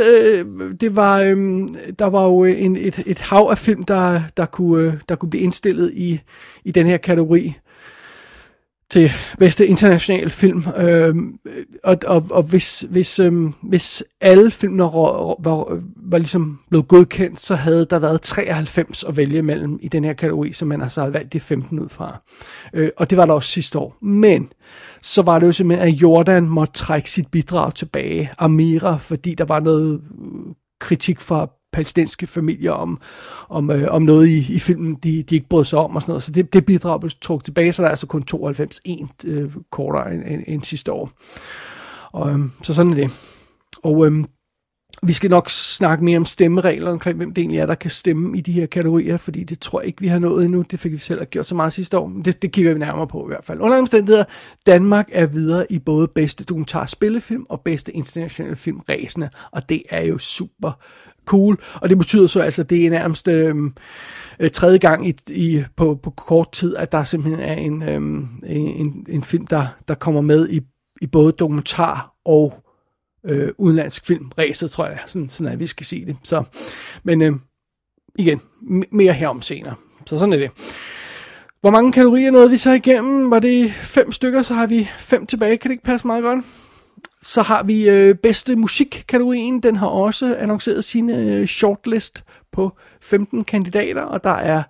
S2: Der var jo et hav af film, der kunne blive indstillet i den her kategori til bedste internationale film. Og hvis alle filmene var ligesom blevet godkendt, så havde der været 93 at vælge mellem i den her kategori, som man altså havde valgt de 15 ud fra. Og det var der også sidste år. Men så var det jo simpelthen, at Jordan måtte trække sit bidrag tilbage, Amira, fordi der var noget kritik fra palæstinensiske familier om noget i filmen, de ikke brød sig om og sådan noget. Så det bidrag blev trukket tilbage, så der er altså kun 92, kortere end sidste år. Og, så sådan er det. Og vi skal nok snakke mere om stemmeregler omkring, hvem det egentlig er, der kan stemme i de her kategorier, fordi det tror jeg ikke, vi har nået endnu. Det fik vi selv gjort så meget sidste år. Det kigger vi nærmere på i hvert fald. Under omstændigheder, Danmark er videre i både bedste dokumentarspillefilm og bedste internationale film ræsende, og det er jo super cool. Og det betyder så altså, at det er nærmest tredje gang på kort tid, at der simpelthen er en film, der kommer med i både dokumentar og udenlandsk film ræset, tror jeg, sådan at vi skal sige det. Så, men igen, mere herom senere. Så sådan er det. Hvor mange kategorier nåede vi så igennem? Var det 5 stykker, så har vi 5 tilbage. Kan det ikke passe meget godt? Så har vi bedste musikkategorien. Den har også annonceret sin shortlist på 15 kandidater, og der er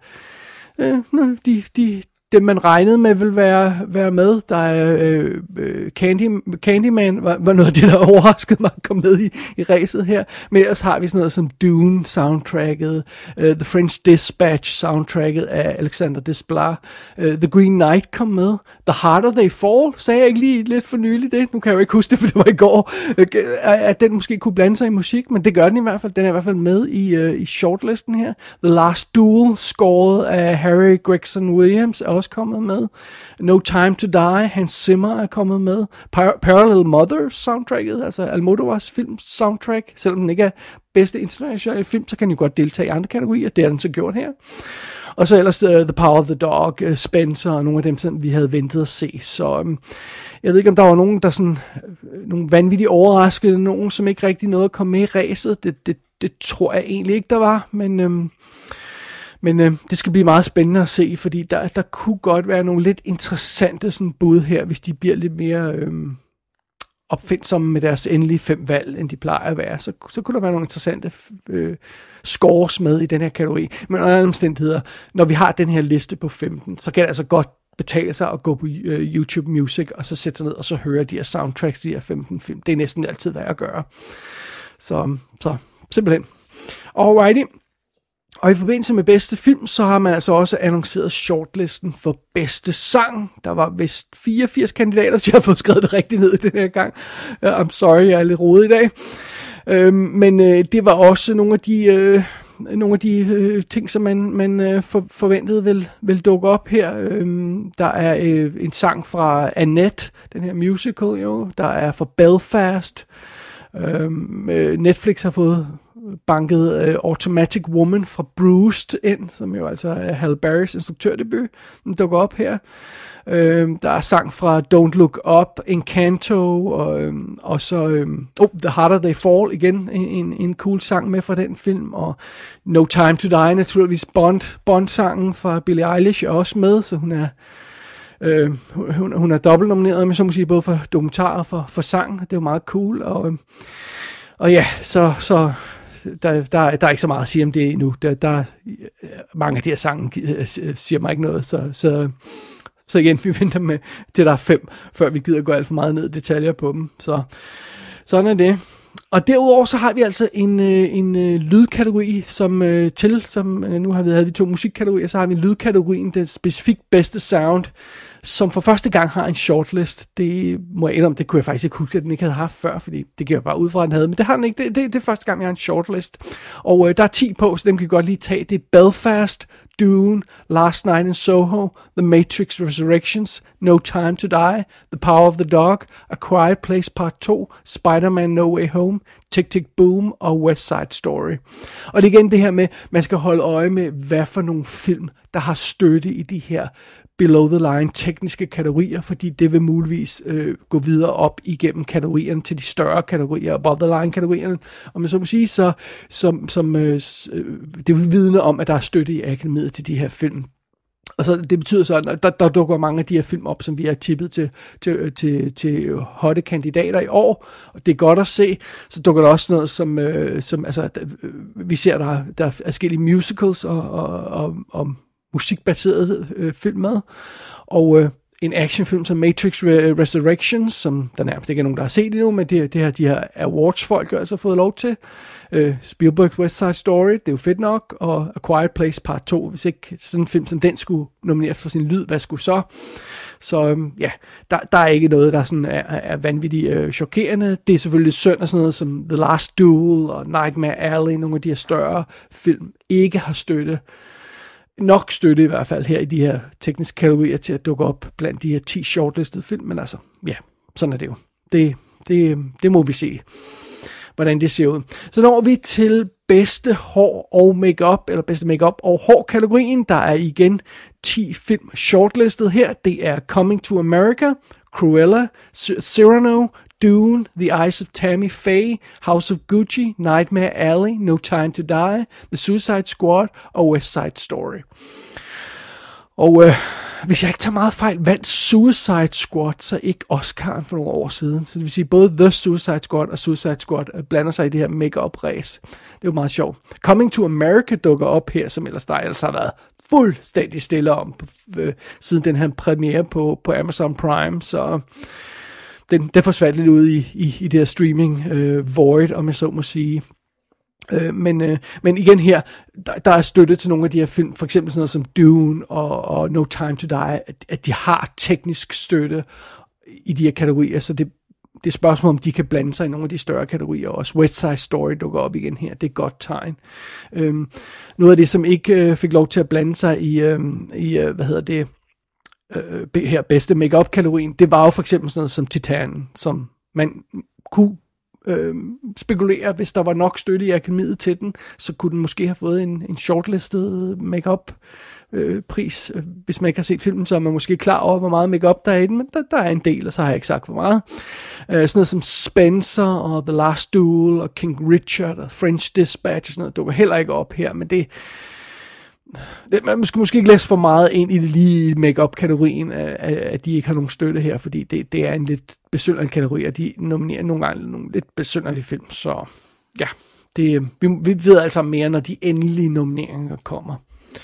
S2: dem man regnede med vil være med. Der er Candyman var noget af det, der overraskede mig at komme med i ræset her. Men ellers har vi sådan noget som Dune soundtracket, The French Dispatch soundtracket af Alexander Desplat, The Green Knight kom med, The Harder They Fall, sagde jeg ikke lige lidt for nylig det. Nu kan jeg jo ikke huske det, for det var i går, at den måske kunne blande sig i musik, men det gør den i hvert fald. Den er i hvert fald med i shortlisten her. The Last Duel, scoret af Harry Gregson Williams, er også kommet med. No Time to Die, Hans Zimmer er kommet med. Parallel Mothers soundtracket, altså Almodóvars film soundtrack, selvom den ikke er bedste internationale film, så kan den jo godt deltage i andre kategorier. Det har den så gjort her. Og så ellers The Power of the Dog, Spencer og nogle af dem, som vi havde ventet at se. Så jeg ved ikke, om der var nogen, der sådan nogle vanvittigt overraskede, nogen, som ikke rigtig nåede at komme med i ræset. Det tror jeg egentlig ikke, der var, men det skal blive meget spændende at se, fordi der kunne godt være nogle lidt interessante sådan bud her, hvis de bliver lidt mere opfindsomme med deres endelige 5 valg, end de plejer at være. Så kunne der være nogle interessante scores med i den her kategori. Men under omstændigheder, når vi har den her liste på 15, så kan det altså godt betale sig at gå på YouTube Music, og så sætte sig ned, og så høre de her soundtracks, de her 15 film. Det er næsten altid, hvad jeg gør. Så simpelthen. Alrighty. Og i forbindelse med bedste film, så har man altså også annonceret shortlisten for bedste sang. Der var vist 84 kandidater, så jeg har fået skrevet det rigtigt ned den her gang. I'm sorry, jeg er lidt rodet i dag. Men det var også nogle af de ting, som man forventede vil dukke op her. Der er en sang fra Annette, den her musical jo. Der er fra Belfast. Netflix har fået banket Automatic Woman fra Bruised ind, som jo altså er Halle Berrys instruktørdebut. Den dukker op her. Der er sang fra Don't Look Up, Encanto, og så The Harder They Fall, igen en cool sang med fra den film, og No Time to Die, naturligvis Bond-sangen fra Billie Eilish er også med, så hun er dobbelt nomineret, men så må sige både for dokumentar og for sang. Det er jo meget cool, og ja, så der er ikke så meget at sige om det endnu. Der mange af de her sange siger mig ikke noget, så igen, vi venter med til der er 5, før vi gider gå alt for meget ned i detaljer på dem. Så sådan er det. Og derudover så har vi altså en lydkategori, som nu har vi havde de 2 musikkategorier, så har vi en lydkategorien, den specifikt bedste sound, som for første gang har en shortlist. Det må jeg indrømme, det kunne jeg faktisk ikke huske, at den ikke havde haft før, fordi det giver bare ud fra, at den havde, men det har den ikke. Det er første gang, vi har en shortlist. Og der er 10 på, så dem kan vi godt lige tage. Det er Belfast, Dune, Last Night in Soho, The Matrix Resurrections, No Time to Die, The Power of the Dog, A Quiet Place Part 2, Spider-Man No Way Home, Tick Tick Boom og West Side Story. Og det er igen det her med, man skal holde øje med, hvad for nogle film, der har støtte i de her below the line tekniske kategorier, fordi det vil muligvis gå videre op igennem kategorierne til de større kategorier, above the line kategorierne, og man så må sige, det vil vidne om, at der er støtte i akademiet til de her film. Og så det betyder så, at der dukker mange af de her film op, som vi har tippet til hotte kandidater i år, og det er godt at se. Så dukker der også noget, som altså, vi ser, der er forskellige musicals og musikbaserede film med, og en actionfilm som Matrix Resurrections, som der nærmest ikke er nogen, der har set endnu, men det har de her awards-folk altså fået lov til. Spielberg's West Side Story, det er jo fedt nok, og A Quiet Place Part 2, hvis ikke sådan en film som den skulle nomineres for sin lyd, hvad skulle så? Så ja, der er ikke noget, der sådan er vanvittigt chokerende. Det er selvfølgelig synd og sådan noget som The Last Duel og Nightmare Alley, nogle af de her større film, ikke har støtte. Nok støtte i hvert fald her i de her tekniske kategorier til at dukke op blandt de her 10 shortlistede film, men altså, ja, sådan er det jo. Det må vi se, hvordan det ser ud. Så når vi til bedste hår og makeup, eller bedste makeup og hår kategorien, der er igen 10 film shortlistet her. Det er Coming to America, Cruella, Cyrano, Dune, The Eyes of Tammy Faye, House of Gucci, Nightmare Alley, No Time to Die, The Suicide Squad og West Side Story. Og hvis jeg ikke tager meget fejl, vandt Suicide Squad så ikke Oscar'en for nogle år siden. Så det vil sige, både The Suicide Squad og Suicide Squad blander sig i det her make-up-race. Det er jo meget sjovt. Coming to America dukker op her, som ellers der altså har været fuldstændig stille om siden den her premiere på Amazon Prime. Så den forsvandt lidt ud i det her streaming void, om jeg så må sige. Men igen her, der er støtte til nogle af de her film, for eksempel sådan noget som Dune og No Time to Die, at de har teknisk støtte i de her kategorier, så det er spørgsmål, om de kan blande sig i nogle af de større kategorier også. West Side Story dukker op igen her, det er et godt tegn. Noget af det, som ikke fik lov til at blande sig i her bedste make-up-kategorien, det var jo for eksempel sådan noget som Titanen, som man kunne spekulere, hvis der var nok støtte i akademiet til den, så kunne den måske have fået en shortlistet make-up pris. Hvis man ikke har set filmen, så er man måske klar over, hvor meget make-up der er i den, men der er en del, og så har jeg ikke sagt hvor meget. Sådan noget som Spencer og The Last Duel og King Richard og French Dispatch og sådan noget, dukker heller ikke op her, men man skal måske ikke læse for meget ind i det lige make-up-kategorien, at de ikke har nogen støtte her, fordi det er en lidt besynderlig kategori, og de nominerer nogle gange nogle lidt besynderlige film, så ja, vi ved altså mere, når de endelige nomineringer kommer.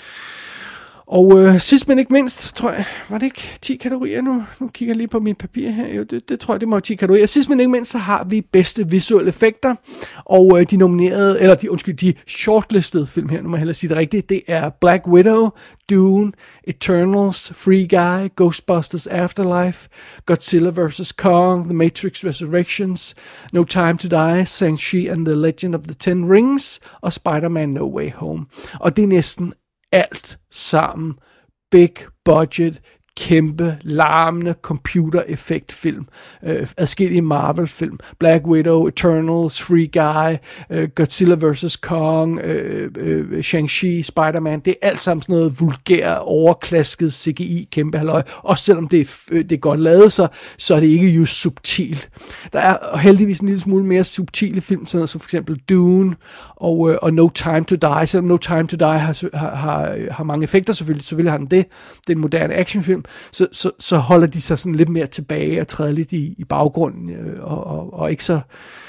S2: Og sidst men ikke mindst, tror jeg, var det ikke 10 kategorier nu? Nu kigger jeg lige på mine papirer her. Jo, det tror jeg, det må være 10 kategorier. Sidst men ikke mindst, så har vi bedste visuelle effekter. Og de nominerede, eller de shortlistede film her, nu må jeg hellere sige det rigtigt, det er Black Widow, Dune, Eternals, Free Guy, Ghostbusters Afterlife, Godzilla vs. Kong, The Matrix Resurrections, No Time to Die, Shang-Chi and the Legend of the Ten Rings, og Spider-Man No Way Home. Og det er næsten alt sammen big budget, kæmpe, larmende computereffektfilm, adskillige Marvel-film, Black Widow, Eternals, Free Guy, Godzilla vs. Kong, Shang-Chi, Spider-Man, det er alt sammen sådan noget vulgær, overklasket CGI, kæmpe halløj. Også selvom det er godt lavet, så er det ikke just subtilt. Der er heldigvis en lille smule mere subtile film, sådan som for eksempel Dune og No Time to Die. Selvom No Time to Die har mange effekter, selvfølgelig har den det. Det er en moderne actionfilm. Så holder de sig sådan lidt mere tilbage og træder lidt i baggrunden og ikke så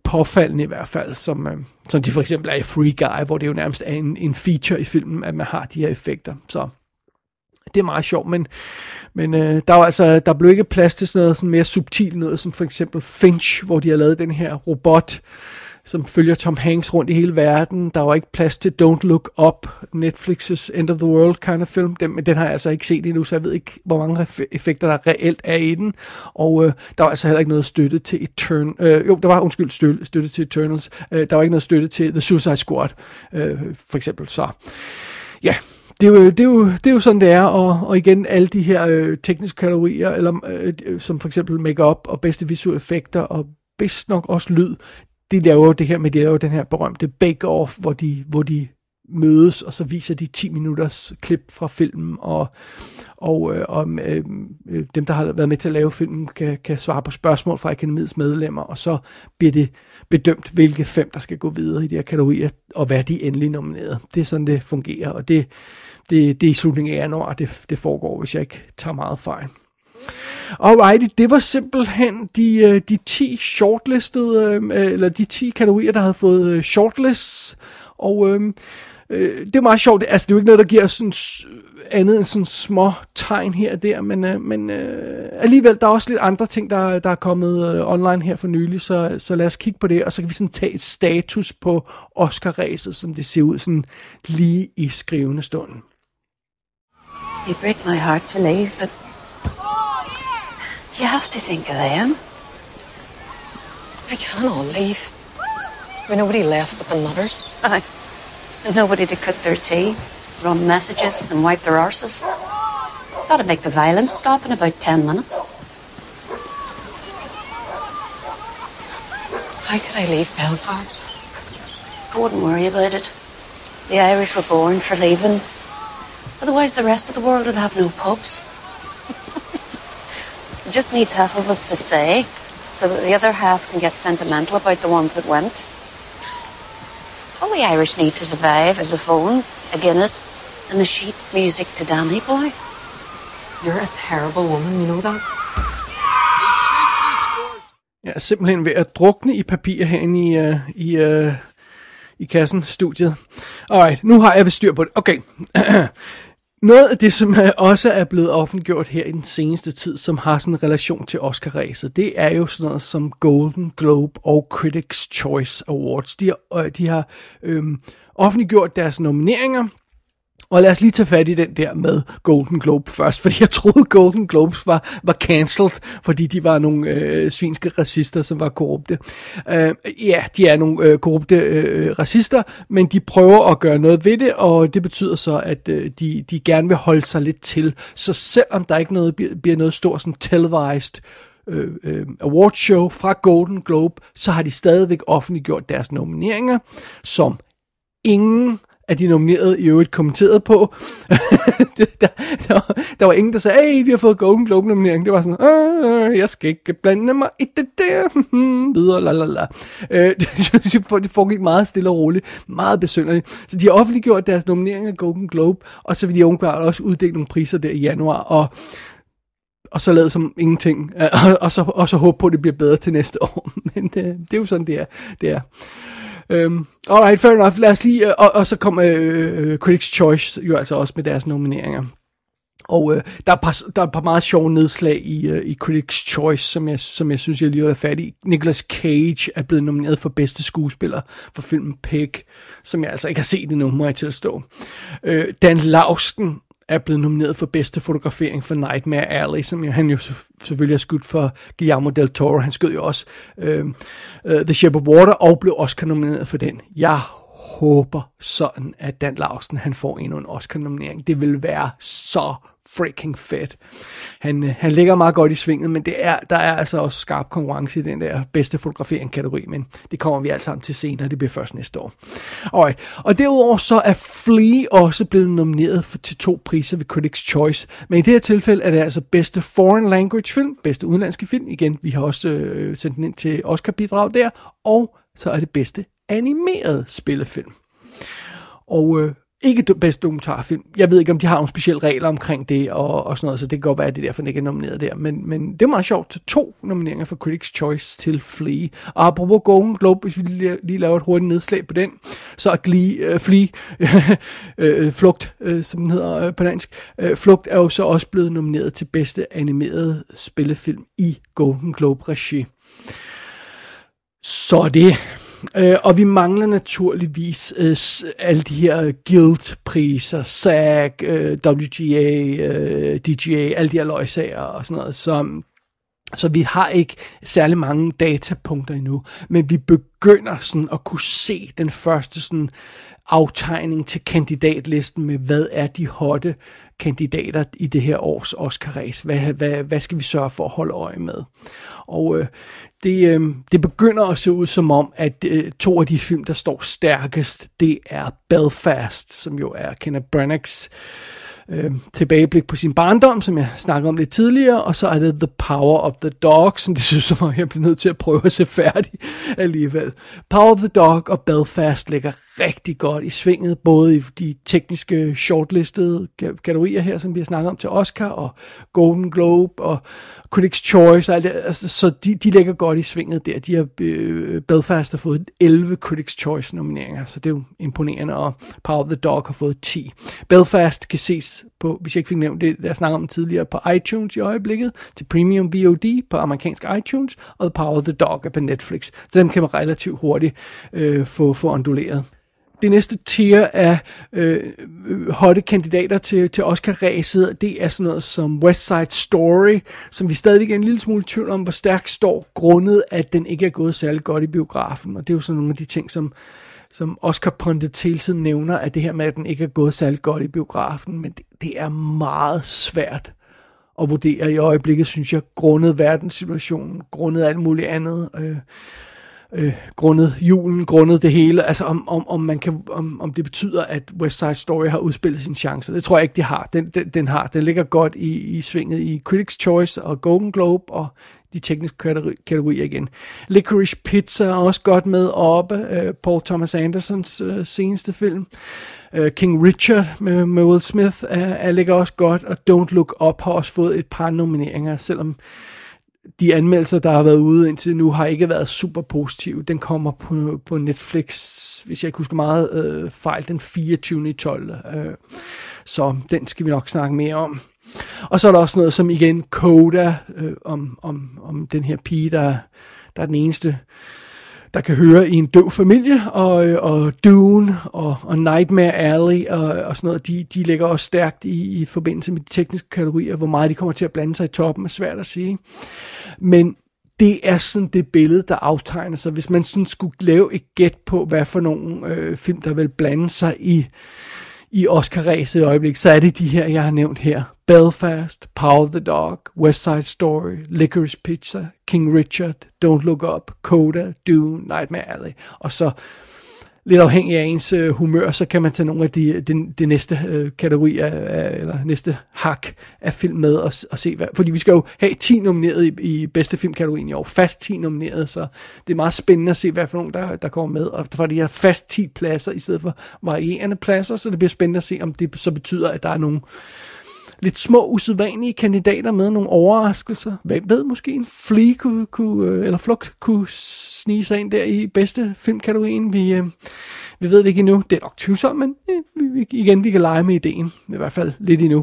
S2: påfaldende i hvert fald, som de for eksempel er i Free Guy, hvor det jo nærmest er en feature i filmen, at man har de her effekter. Så det er meget sjovt, men der blev ikke plads til sådan noget sådan mere subtilt noget, som for eksempel Finch, hvor de har lavet den her robot, som følger Tom Hanks rundt i hele verden. Der var ikke plads til Don't Look Up, Netflix's End of the World kind of film. Den har jeg altså ikke set endnu, så jeg ved ikke, hvor mange effekter der reelt er i den. Og der var altså heller ikke noget støtte til støtte til Eternals. Der var ikke noget støtte til The Suicide Squad, for eksempel. Så ja, det er jo sådan, det er. Og igen, alle de her tekniske kategorier, eller som for eksempel make-up og bedste visuelle effekter, og bedst nok også lyd, de laver det her med, de laver den her berømte bake-off, hvor de mødes, og så viser de 10 minutters klip fra filmen, og dem, der har været med til at lave filmen, kan svare på spørgsmål fra Akademiets medlemmer, og så bliver det bedømt, hvilke 5, der skal gå videre i de her kategorier, og hvad de endelig nomineret. Det er sådan, det fungerer, og det er i slutningen af januar, det foregår, hvis jeg ikke tager meget fejl. Alrighty, det var simpelthen de 10 shortlistede, eller de 10 kategorier, der havde fået shortlists, og det er meget sjovt. Altså, det er jo ikke noget, der giver sådan andet end sådan små tegn her og der, men alligevel, der er også lidt andre ting, der er kommet online her for nylig, så lad os kigge på det, og så kan vi sådan tage et status på Oscar-ræset, som det ser ud sådan lige i skrivende stunden.
S15: You break my heart to leave, but you have to think of them.
S16: We can't all leave. There's nobody left but the mothers.
S15: Aye. And nobody to cook their tea, run messages, and wipe their arses. That'd make the violence stop in about 10 minutes.
S16: How could I leave Belfast?
S15: I wouldn't worry about it. The Irish were born for leaving. Otherwise, the rest of the world would have no pubs. It just needs half of us to stay, so that the other half can get sentimental about the ones that went. All the Irish need to survive is a phone, a Guinness, and a sheet music to Danny Boy.
S16: You're a terrible woman, you know that?
S2: Jeg er simpelthen ved at drukne i papir herinde i kassen, studiet. Alright, nu har jeg ved styr på det. Okay. Noget af det, som også er blevet offentliggjort her i den seneste tid, som har sådan en relation til Oscar-ræset, det er jo sådan noget som Golden Globe og Critics' Choice Awards. De har offentliggjort deres nomineringer, og lad os lige tage fat i den der med Golden Globe først, fordi jeg troede Golden Globes var cancelled, fordi de var nogle svinske racister, som var korrupte. Ja, de er nogle korrupte racister, men de prøver at gøre noget ved det, og det betyder så, at de gerne vil holde sig lidt til. Så selvom der ikke bliver noget stort sådan televised awardshow fra Golden Globe, så har de stadigvæk offentliggjort deres nomineringer, som ingen at de nominerede i øvrigt kommenteret på. der var ingen, der sagde, hey, vi har fået Golden Globe-nominering. Det var sådan, jeg skal ikke blande mig i det der. Videre, lalala. Det foregik meget stille og roligt. Meget besynderligt. Så de har offentliggjort deres nominering af Golden Globe, og så vil de unge også uddele nogle priser der i januar, og så lavet som ingenting, og så håbe på, at det bliver bedre til næste år. Men det er jo sådan, det er. Alright, fair enough. Lad os lige, og så kom Critics' Choice jo altså også med deres nomineringer. Og der er et par meget sjove nedslag i Critics' Choice, som jeg synes, jeg lige har fat i. Nicolas Cage er blevet nomineret for bedste skuespiller for filmen Pig, som jeg altså ikke har set endnu, må jeg tilstå. Dan Laustsen er blevet nomineret for bedste fotografering for Nightmare Alley, som han jo selvfølgelig har skudt for Guillermo del Toro. Han skød jo også The Shape of Water og blev Oscar-nomineret for den. Jeg håber sådan, at Dan Laustsen han får endnu en Oscar-nominering. Det vil være så freaking fedt. Han ligger meget godt i svinget, men der er altså også skarp konkurrence i den der bedste fotografering-kategori, men det kommer vi alle sammen til senere. Det bliver først næste år. Alright. Og derudover så er Flea også blevet nomineret til 2 priser ved Critics' Choice, men i det her tilfælde er det altså bedste foreign language film, bedste udenlandske film. Igen, vi har også sendt den ind til Oscar-bidrag der, og så er det bedste animeret spillefilm. Og ikke bedste dokumentarfilm. Jeg ved ikke, om de har nogle specielle regler omkring det, og sådan noget, så det kan godt være, at det er derfor, den ikke er nomineret der. Men det er meget sjovt. 2 nomineringer for Critics' Choice til Flea. Og apropos Golden Globe, hvis vi lige laver et hurtigt nedslag på den, så er Flea, Flugt, som den hedder på dansk, Flugt er jo så også blevet nomineret til bedste animerede spillefilm i Golden Globe-regi. Så det. Og vi mangler naturligvis alle de her Guild-priser, SAG, WGA, DGA, alle de her løgsager og sådan noget. Så vi har ikke særlig mange datapunkter endnu, men vi begynder sådan at kunne se den første sådan aftegning til kandidatlisten med, hvad er de hotte kandidater i det her års Oscar-race. Hvad skal vi sørge for at holde øje med? Og det begynder at se ud som om, at 2 af de film, der står stærkest, det er Belfast, som jo er Kenneth Branaghs tilbageblik på sin barndom, som jeg snakkede om lidt tidligere, og så er det The Power of the Dog, som det synes som om jeg bliver nødt til at prøve at se færdig alligevel. Power of the Dog og Belfast ligger rigtig godt i svinget, både i de tekniske shortlistede kategorier her, som vi har snakket om til Oscar, og Golden Globe, og Critics' Choice, og alt det, altså, så de ligger godt i svinget der. De har, Belfast har fået 11 Critics' Choice nomineringer, så det er jo imponerende, og Power of the Dog har fået 10. Belfast kan ses på, hvis jeg ikke fik nævnt det, jeg snakkede om tidligere, på iTunes i øjeblikket, til Premium VOD på amerikansk iTunes, og The Power of the Dog er på Netflix. Så dem kan man relativt hurtigt få onduleret. Det næste tier af hotte kandidater til Oscar-ræset, det er sådan noget som West Side Story, som vi stadigvæk er en lille smule tvivl om, hvor stærkt står, grundet at den ikke er gået særlig godt i biografen. Og det er jo sådan nogle af de ting, som Oscar Pundit hele tiden nævner, at det her med, at den ikke er gået særlig godt i biografen, men det er meget svært at vurdere i øjeblikket, synes jeg, grundet verdenssituationen, grundet alt muligt andet, grundet julen, grundet det hele, altså om det betyder, at West Side Story har udspillet sin chance. Det tror jeg ikke, de har. Den ligger godt i svinget i Critics' Choice og Golden Globe og de tekniske kategorier igen. Licorice Pizza er også godt med oppe. Paul Thomas Andersons seneste film. King Richard med Will Smith ligger også godt, og Don't Look Up har også fået et par nomineringer, selvom de anmeldelser, der har været ude indtil nu, har ikke været super positive. Den kommer på Netflix, hvis jeg ikke husker meget fejl, den 24.12. Så den skal vi nok snakke mere om. Og så er der også noget som igen Coda, om den her pige, der er den eneste, der kan høre i en døv familie, og Dune og Nightmare Alley og sådan noget, de ligger også stærkt i forbindelse med de tekniske kategorier. Hvor meget de kommer til at blande sig i toppen er svært at sige. Men det er sådan det billede, der aftegner sig. Hvis man sådan skulle lave et gæt på, hvad for nogle film, der vil blande sig i Oscar-ræset i øjeblikket, så er det de her, jeg har nævnt her. Belfast, Power of the Dog, West Side Story, Licorice Pizza, King Richard, Don't Look Up, Coda, Dune, Nightmare Alley. Og så lidt afhængig af ens humør, så kan man tage nogle af de næste kategorier, eller næste hak af film med og se hvad. Fordi vi skal jo have 10 nomineret i bedste filmkategorien i år. Fast 10 nomineret, så det er meget spændende at se, hvad for nogle, der kommer med. Og for de her fast 10 pladser, i stedet for varierende pladser, så det bliver spændende at se, om det så betyder, at der er nogle lidt små, usædvanlige kandidater med nogle overraskelser. Hvem ved, måske en Flea eller Flugt kunne snige sig ind der i bedste filmkategorien. Vi ved det ikke endnu. Det er nok tvivlsomt, men vi kan lege med ideen. I hvert fald lidt endnu.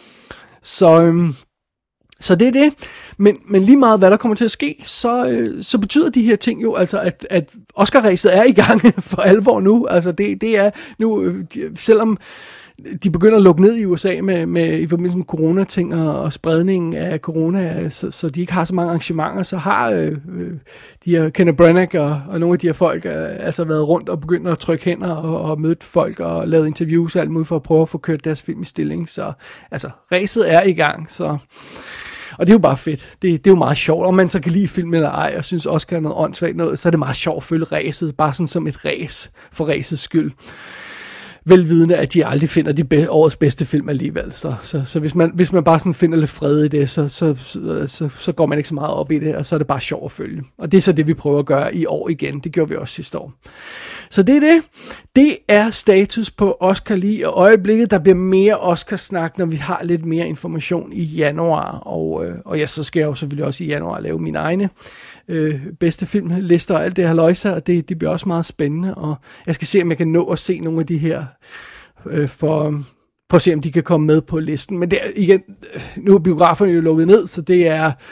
S2: Så det er det. Men lige meget, hvad der kommer til at ske, så betyder de her ting jo, altså, at Oscar-ræset er i gang for alvor nu. Altså, det er nu, selvom de begynder at lukke ned i USA med i forbindelse med coronating og spredningen af corona, så de ikke har så mange arrangementer, så har de her Kenneth Branagh og nogle af de her folk altså været rundt og begyndt at trykke hænder og mødt folk og lavet interviews og alt muligt for at prøve at få kørt deres film i stilling. Så altså, ræset er i gang, så. Og det er jo bare fedt. Det er jo meget sjovt. Om man så kan lide film eller ej, og synes Oscar er noget åndssvagt noget, så er det meget sjovt at følge ræset, bare sådan som et ræs for ræsets skyld. Velvidende, at de aldrig finder årets bedste film alligevel. Så hvis man bare sådan finder lidt fred i det, så går man ikke så meget op i det, og så er det bare sjovt at følge. Og det er så det, vi prøver at gøre i år igen. Det gjorde vi også sidste år. Så det er det. Det er status på Oscar lige i øjeblikket. Der bliver mere Oscar-snak, når vi har lidt mere information i januar. Og ja, så skal jeg jo selvfølgelig også i januar lave mine egne bedste filmlister og alt det her løjser, og det bliver også meget spændende. Og jeg skal se, om jeg kan nå at se nogle af de her for at se, om de kan komme med på listen. Men det er, igen, nu er biograferne jo lukket ned, så det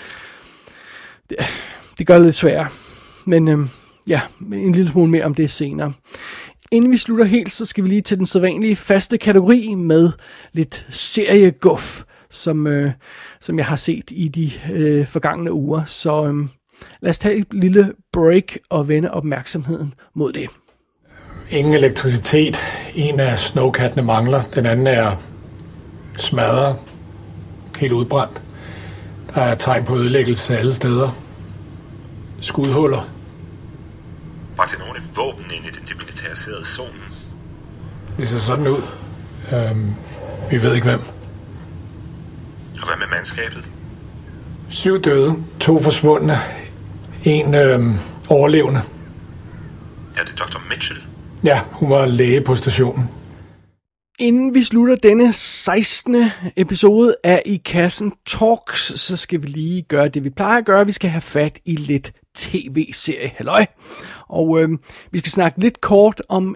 S2: gør det lidt sværere. Men ja, en lille smule mere om det senere. Inden vi slutter helt, så skal vi lige til den sædvanlige faste kategori med lidt serieguf, som jeg har set i de forgangne uger. Så lad os tage et lille break og vende opmærksomheden mod det.
S17: Ingen elektricitet. En af snowkattene mangler. Den anden er smadret. Helt udbrændt. Der er tegn på ødelæggelse alle steder. Skudhuller.
S18: Bragte nogen et våben ind i den demilitariserede zone?
S17: Det ser sådan ud. Vi ved ikke hvem.
S18: Og hvad med mandskabet?
S17: 7 døde. 2 forsvundne. 1 overlevende.
S18: Er det Dr. Mitchell?
S17: Ja, hun var læge på stationen.
S2: Inden vi slutter denne 16. episode af I Kassen Talks, så skal vi lige gøre det, vi plejer at gøre. Vi skal have fat i lidt tv-serie, halløj. Og vi skal snakke lidt kort om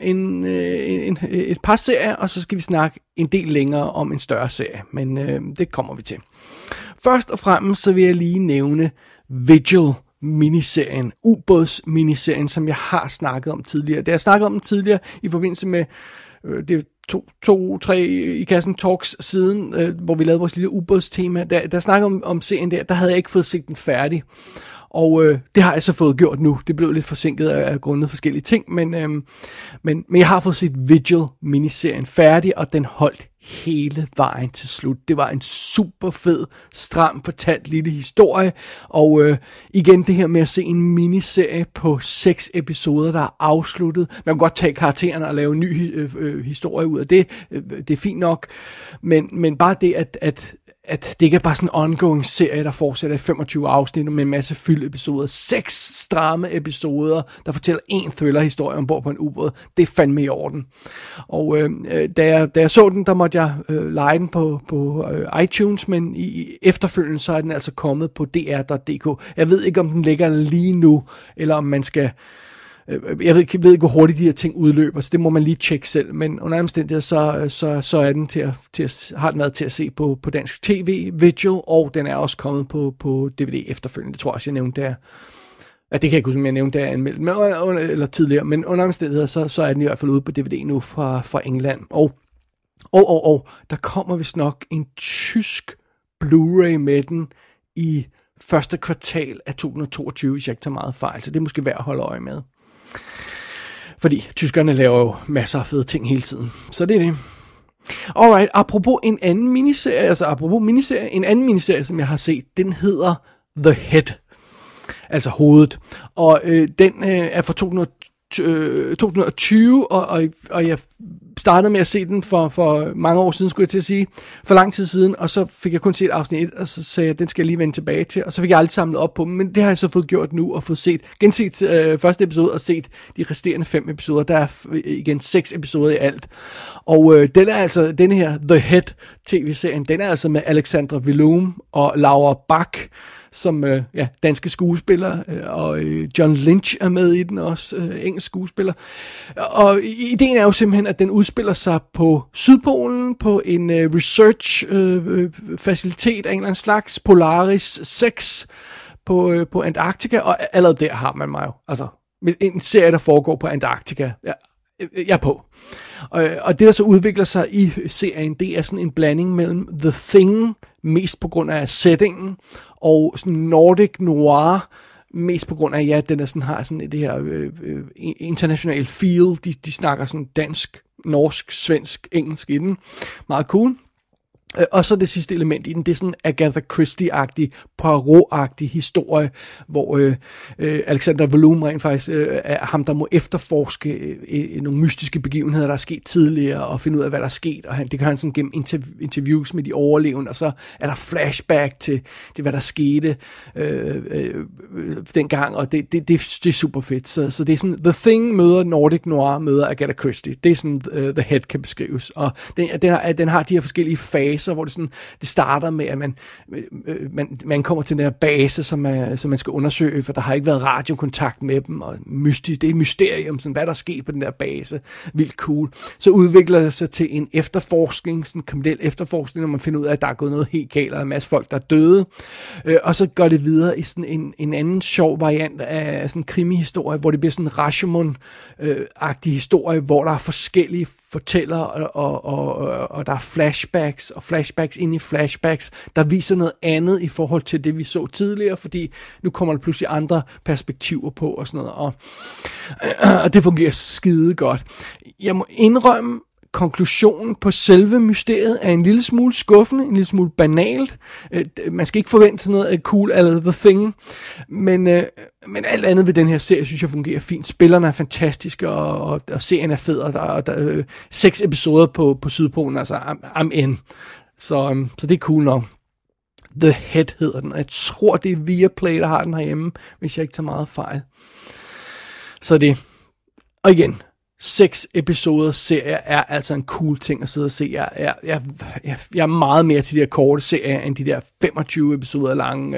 S2: et par serier, og så skal vi snakke en del længere om en større serie. Men det kommer vi til. Først og fremmest så vil jeg lige nævne Vigil miniserien, ubåds-miniserien, som jeg har snakket om tidligere. Da jeg snakkede om den tidligere i forbindelse med det 2-3 I Kassen Talks siden, hvor vi lavede vores lille ubådstema, der snakkede om serien der havde jeg ikke fået set den færdig. Og det har jeg så fået gjort nu. Det blev lidt forsinket af grundet forskellige ting, men jeg har fået set Vigil-miniserien færdig, og den holdt hele vejen til slut. Det var en super fed, stram fortalt lille historie, og igen det her med at se en miniserie på 6 episoder, der er afsluttet. Man kan godt tage karaktererne og lave en ny historie ud af det. Det er fint nok, men bare det, at det ikke er bare sådan en ongoing serie, der fortsætter i 25 afsnit med en masse fyldeepisoder. 6 stramme episoder, der fortæller en thriller-historie ombord på en ubåd. Det er fandme i orden. Og da jeg så den, der måtte jeg lege den på iTunes, men i efterfølgende så er den altså kommet på dr.dk. Jeg ved ikke, om den ligger lige nu, eller om man skal... Jeg ved ikke, hvor hurtigt de her ting udløber, så det må man lige tjekke selv. Men under omstændigheder, så er den har den været til at se på dansk tv, Vigil, og den er også kommet på DVD efterfølgende. Det tror jeg også, jeg nævnte der. Ja, det kan jeg ikke huske, om jeg nævnte der anmeldt, eller tidligere. Men under omstændigheder, så er den i hvert fald ude på DVD nu fra England. Og der kommer vist nok en tysk Blu-ray med den i første kvartal af 2022, hvis jeg ikke tager meget fejl. Så det er måske værd at holde øje med. Fordi tyskerne laver jo masser af fede ting hele tiden. Så det er det. Alright, apropos en anden miniserie, en anden miniserie, som jeg har set, den hedder The Head. Altså hovedet. Og den er fra 2020, og jeg startede med at se den for mange år siden, skulle jeg til at sige, for lang tid siden, og så fik jeg kun set afsnit 1, og så sagde jeg, den skal jeg lige vende tilbage til, og så fik jeg aldrig samlet op på dem, men det har jeg så fået gjort nu, og fået genset første episode, og set de resterende 5 episoder. Der er igen 6 episoder i alt, og den er altså, denne her The Head tv-serien, den er altså med Alexandra Villum og Laura Bach, som danske skuespillere, og John Lynch er med i den også, engelsk skuespiller. Og ideen er jo simpelthen, at den udspiller sig på Sydpolen, på en research-facilitet af en eller anden slags, Polaris 6, på Antarktika, og allerede der har man mig jo. Altså, en serie, der foregår på Antarktika. Jeg er på. Og det, der så udvikler sig i serien, det er sådan en blanding mellem The Thing, mest på grund af settingen, og sådan Nordic Noir, mest på grund af, den er sådan, har sådan det her international feel. De snakker sådan dansk, norsk, svensk, engelsk i den. Meget cool. Og så det sidste element i den, det er sådan en Agatha Christie-agtig, Poirot-agtig historie, hvor Alexander Vallum rent faktisk er ham, der må efterforske nogle mystiske begivenheder, der er sket tidligere, og finde ud af, hvad der er sket. Og det kan han sådan gennem interviews med de overlevende, og så er der flashback til hvad der skete dengang, og det er super fedt. Så det er sådan, The Thing møder Nordic Noir, møder Agatha Christie. Det er sådan, The Head kan beskrives. Og den har de her forskellige faser, hvor det starter med, at man kommer til den her base, som man skal undersøge, for der har ikke været radiokontakt med dem, og det er et mysterium, sådan, hvad der er sket på den der base. Vildt cool. Så udvikler det sig til en efterforskning, sådan en kriminel efterforskning, når man finder ud af, at der er gået noget helt galt, og en masse folk, der er døde. Og så går det videre i sådan en anden sjov variant af sådan en krimihistorie, hvor det bliver sådan en Rashomon-agtig historie, hvor der er forskellige fortællere, og der er flashbacks, og flashbacks ind i flashbacks, der viser noget andet i forhold til det, vi så tidligere, fordi nu kommer der pludselig andre perspektiver på, og sådan noget, og det fungerer skide godt. Jeg må indrømme, konklusionen på selve mysteriet er en lille smule skuffende, en lille smule banalt. Man skal ikke forvente sådan noget cool eller The Thing, men alt andet ved den her serie, synes jeg fungerer fint. Spillerne er fantastiske, og serien er fed, og der er 6 episoder på Sydpolen, altså I'm in. Så det er cool nok. The Head hedder den, og jeg tror, det er Viaplay, der har den herhjemme, hvis jeg ikke tager meget fejl. Så det. Og igen, 6 episoder serie er altså en cool ting at sidde og se. Jeg er meget mere til de her korte serier, end de der 25 episoder lange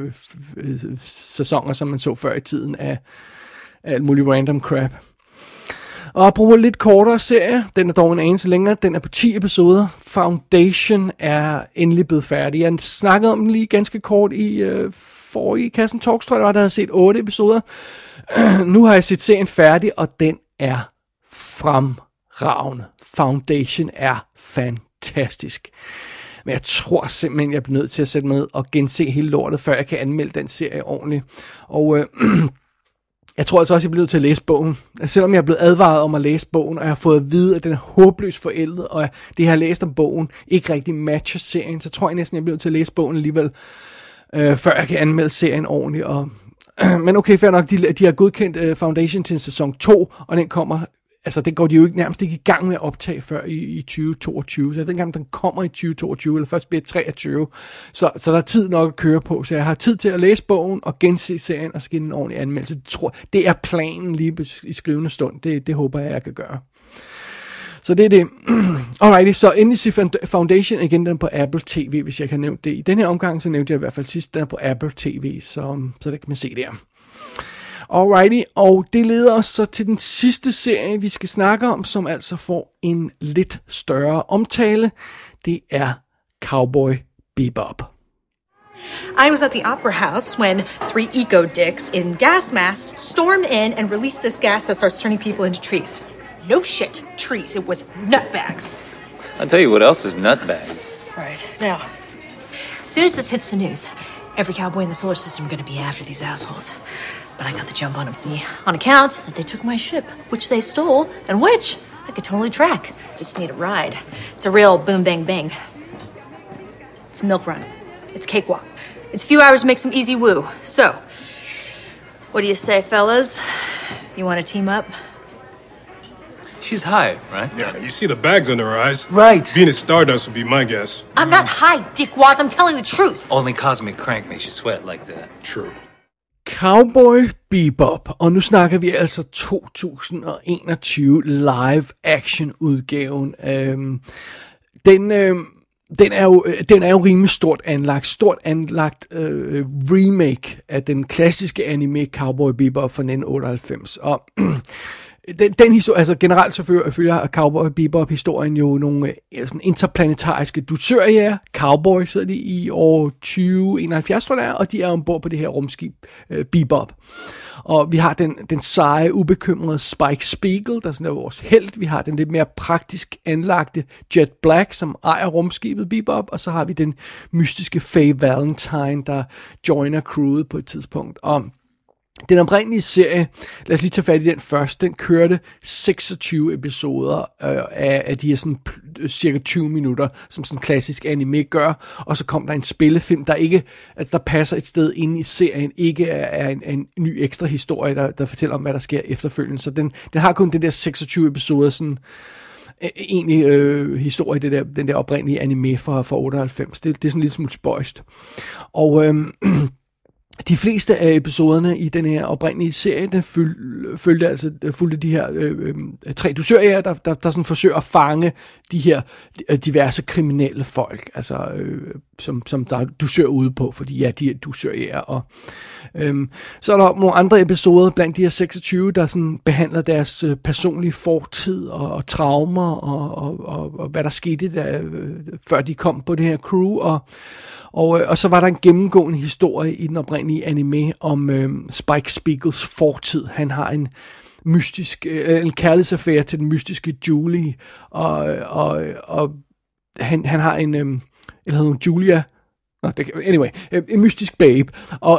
S2: sæsoner, som man så før i tiden af alt muligt random crap. Og apropos lidt kortere serie, den er dog en anelse længere, den er på 10 episoder. Foundation er endelig blevet færdig. Jeg snakkede om den lige ganske kort i forrige Kassen Talks, tror jeg, der havde set 8 episoder. Nu har jeg set serien færdig, og den er fremragende. Foundation er fantastisk. Men jeg tror simpelthen, jeg bliver nødt til at sætte mig ned og gense hele lortet, før jeg kan anmelde den serie ordentligt. Og jeg tror altså også, jeg bliver nødt til at læse bogen. Selvom jeg er blevet advaret om at læse bogen, og jeg har fået at vide, at den er håbløst forældet, og det, jeg har læst om bogen, ikke rigtig matcher serien, så tror jeg næsten, jeg bliver nødt til at læse bogen alligevel, før jeg kan anmelde serien ordentligt. Men okay, fair nok, de har godkendt Foundation til en sæson 2, og den kommer, altså den går de jo nærmest ikke i gang med at optage før i 2022, så jeg ved ikke, om den kommer i 2022, eller først bliver 23, så der er tid nok at køre på, så jeg har tid til at læse bogen, og gense serien, og så give den en ordentlig anmeldelse. Det er planen lige i skrivende stund, det håber jeg kan gøre. Så det er det. Alrighty, så endelig se Foundation, igen den på Apple TV, hvis jeg kan nævne det. I den her omgang, så nævnte jeg i hvert fald sidst, den er på Apple TV, så det kan man se der. Alrighty, og det leder os så til den sidste serie, vi skal snakke om, som altså får en lidt større omtale. Det er Cowboy Bebop.
S6: I was at the Opera House when 3 eco-dicks in gas masks stormed in and released this gas that starts turning people into trees. No shit, trees. It was nutbags.
S19: I'll tell you what else is nutbags.
S6: Right. Now, as soon as this hits the news, every cowboy in the solar system are going to be after these assholes. But I got the jump on them, see? On account that they took my ship, which they stole, and which I could totally track. Just need a ride. It's a real boom, bang, bang. It's a milk run. It's cakewalk. It's a few hours to make some easy woo. So, what do you say, fellas? You want to team up?
S19: She's high, right?
S20: Yeah, you see the bags under her eyes.
S19: Right.
S20: Being a stardust would be my guess.
S6: I'm not high, dickwads. I'm telling the truth.
S19: Only cosmic crank makes you sweat like that.
S20: True.
S2: Cowboy Bebop, og nu snakker vi altså 2021 live action udgaven. Den er jo rimelig stort anlagt remake af den klassiske anime Cowboy Bebop fra 1998. Og den historie, altså generelt så følger Cowboy Bebop historien jo nogle sådan interplanetariske dusørjæger, cowboys hedder de i år 2071, tror jeg, og de er ombord på det her rumskib Bebop. Og vi har den seje, ubekymrede Spike Spiegel, der sådan er vores helt. Vi har den lidt mere praktisk anlagte Jet Black, som ejer rumskibet Bebop, og så har vi den mystiske Faye Valentine, der joiner crewet på et tidspunkt. Og Den oprindelige serie, lad os lige tage fat i den først, den kørte 26 episoder af de her sådan cirka 20 minutter, som sådan klassisk anime gør, og så kom der en spillefilm, der passer et sted inde i serien, ikke er en ny ekstra historie, der fortæller om, hvad der sker efterfølgende. Så den har kun den der 26 episoder, sådan egentlig historie, den der oprindelige anime fra 98. Det er sådan lidt smule spøjst. Og de fleste af episoderne i den her oprindelige serie, den fulgte de her 3 dusørjæger, der sådan forsøger at fange de her diverse kriminelle folk, altså som der er dusør ude på, fordi ja, de er dusørjæger. Og så er der nogle andre episoder blandt de her 26, der sådan behandler deres personlige fortid og traumer og hvad der skete før de kom på det her crew, og så var der en gennemgående historie i den oprindelige anime om Spike Spiegels fortid. Han har en kærlighedsaffære til den mystiske Julie, og han har en, eller hedder hun Julia? Anyway, en mystisk babe,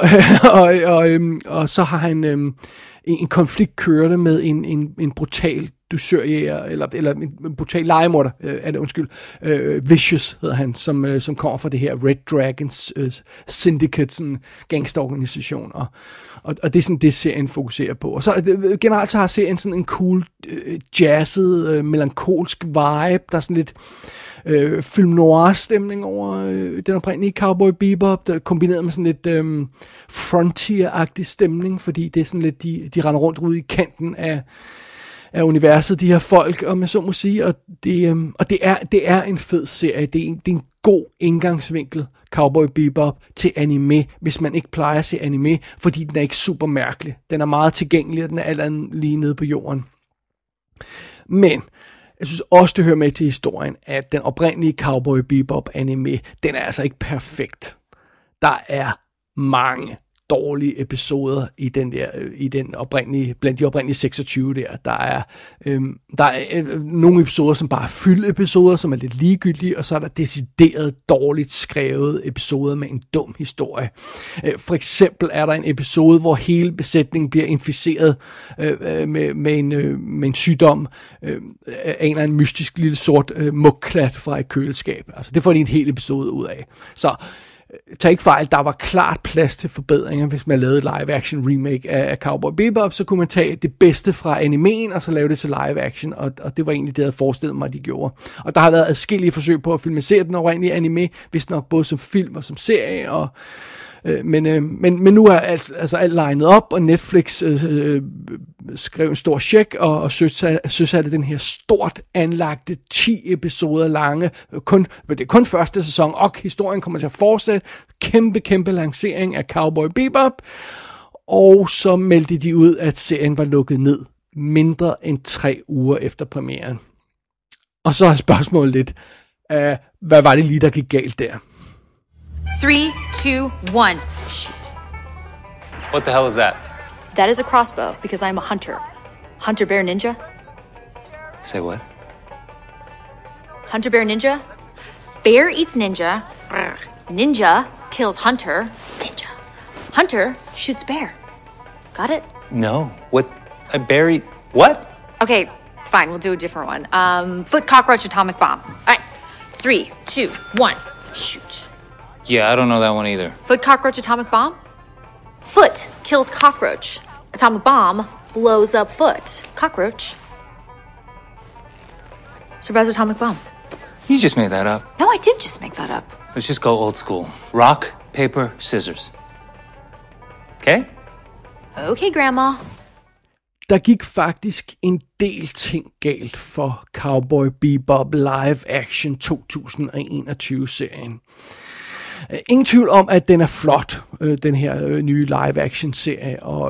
S2: og så har han en konflikt kørende med en brutal dusørjæger, eller en brutal legemorder, Vicious hedder han, som kommer fra det her Red Dragons Syndicate, sådan gangsterorganisation, og det er sådan det, serien fokuserer på. Og så generelt så har serien sådan en cool, jazzet, melankolsk vibe, der er sådan lidt film noir stemning over den oprindelige Cowboy Bebop, der kombineret med sådan lidt frontier-agtig stemning, fordi det er sådan lidt, de render rundt ude i kanten af universet, de her folk, om jeg så må sige, og det er en fed serie. Det er en god indgangsvinkel, Cowboy Bebop, til anime, hvis man ikke plejer at se anime, fordi den er ikke super mærkelig. Den er meget tilgængelig, og den er alt andet lige nede på jorden. Men jeg synes også, det hører med til historien, at den oprindelige Cowboy Bebop anime, den er altså ikke perfekt. Der er mange dårlige episoder i den oprindelige, blandt de oprindelige 26 der. Der er nogle episoder, som bare er fyldepisoder, som er lidt ligegyldige, og så er der decideret dårligt skrevet episoder med en dum historie. For eksempel er der en episode, hvor hele besætningen bliver inficeret med en sygdom af en eller anden mystisk lille sort mukklat fra et køleskab. Altså, det får de en hel episode ud af. Så tag ikke fejl, der var klart plads til forbedringer, hvis man lavede et live-action remake af Cowboy Bebop, så kunne man tage det bedste fra animeen, og så lave det til live-action, og det var egentlig det, jeg havde forestillet mig, de gjorde. Og der har været adskillige forsøg på at filmatisere den oprindelige anime, hvis nok både som film og som serie, men nu er alt legnet op, og Netflix skrev en stor check og søsatte den her stort anlagte 10 episoder lange, det er kun første sæson, og historien kommer til at fortsætte, kæmpe lancering af Cowboy Bebop, og så meldte de ud, at serien var lukket ned mindre end 3 uger efter premieren. Og så er spørgsmålet lidt, hvad var det lige, der gik galt der?
S8: 3, 2, 1, shoot.
S19: What the hell is that?
S8: That is a crossbow because I'm a hunter. Hunter bear ninja.
S19: Say what?
S8: Hunter bear ninja. Bear eats ninja. Ninja kills hunter. Ninja. Hunter shoots bear. Got it?
S19: No. What? A berry? What?
S8: Okay, fine. We'll do a different one. Foot cockroach atomic bomb. All right. 3, 2, 1, shoot.
S19: Yeah, I don't know that one either.
S8: Foot cockroach atomic bomb. Foot kills cockroach. Atomic bomb blows up foot. Cockroach survives atomic bomb.
S19: You just made that up.
S8: No, I did just make that up.
S19: Let's just go old school. Rock, paper, scissors. Okay?
S8: Okay, Grandma.
S2: Der gik faktisk en del ting galt for Cowboy Bebop Live Action 2021-serien. Ingen tvivl om, at den er flot, den her nye live-action-serie, og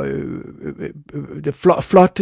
S2: flot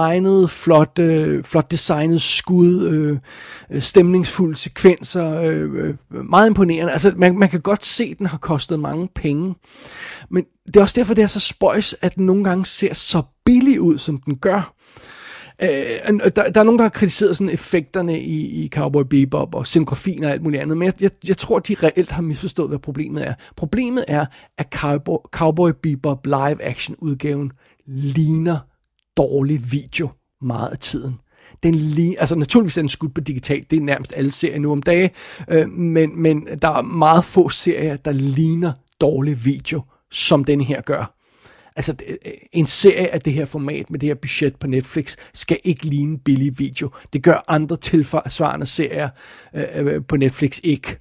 S2: designet skud, stemningsfulde sekvenser, meget imponerende. Altså, man kan godt se, at den har kostet mange penge, men det er også derfor, det er så spøjs, at den nogle gange ser så billig ud, som den gør. Der er nogen, der har kritiseret sådan effekterne i Cowboy Bebop og scenografien og alt muligt andet, men jeg tror, de reelt har misforstået, hvad problemet er. Problemet er, at Cowboy Bebop live-action-udgaven ligner dårlig video meget af tiden. Altså naturligvis er den skudt på digitalt, det er nærmest alle serier nu om dagen, men der er meget få serier, der ligner dårlig video, som den her gør. Altså, en serie af det her format med det her budget på Netflix skal ikke ligne billig video. Det gør andre tilsvarende serier på Netflix ikke.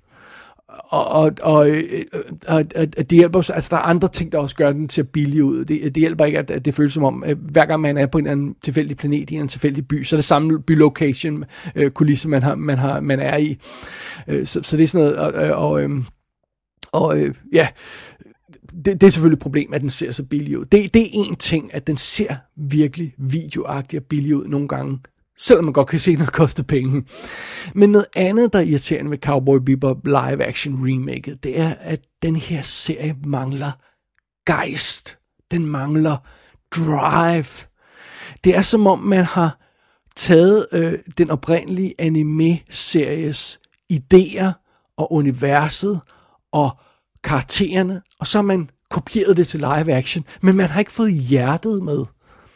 S2: Og det hjælper også, altså der er andre ting, der også gør den til billig ud. Det hjælper ikke, at det føles som om, hver gang man er på en anden tilfældig planet i en tilfældig by, så er det samme bylocation, kulisse, man er i. Så det er sådan noget, ja, det er selvfølgelig et problem, at den ser så billig ud. Det er en ting, at den ser virkelig videoagtig og billig ud nogle gange, selvom man godt kan se, at den koster penge. Men noget andet, der er irriterende ved Cowboy Bebop live action remaket, det er, at den her serie mangler gejst. Den mangler drive. Det er som om, man har taget den oprindelige anime-series idéer og universet og karaktererne, og så har man kopieret det til live action, men man har ikke fået hjertet med.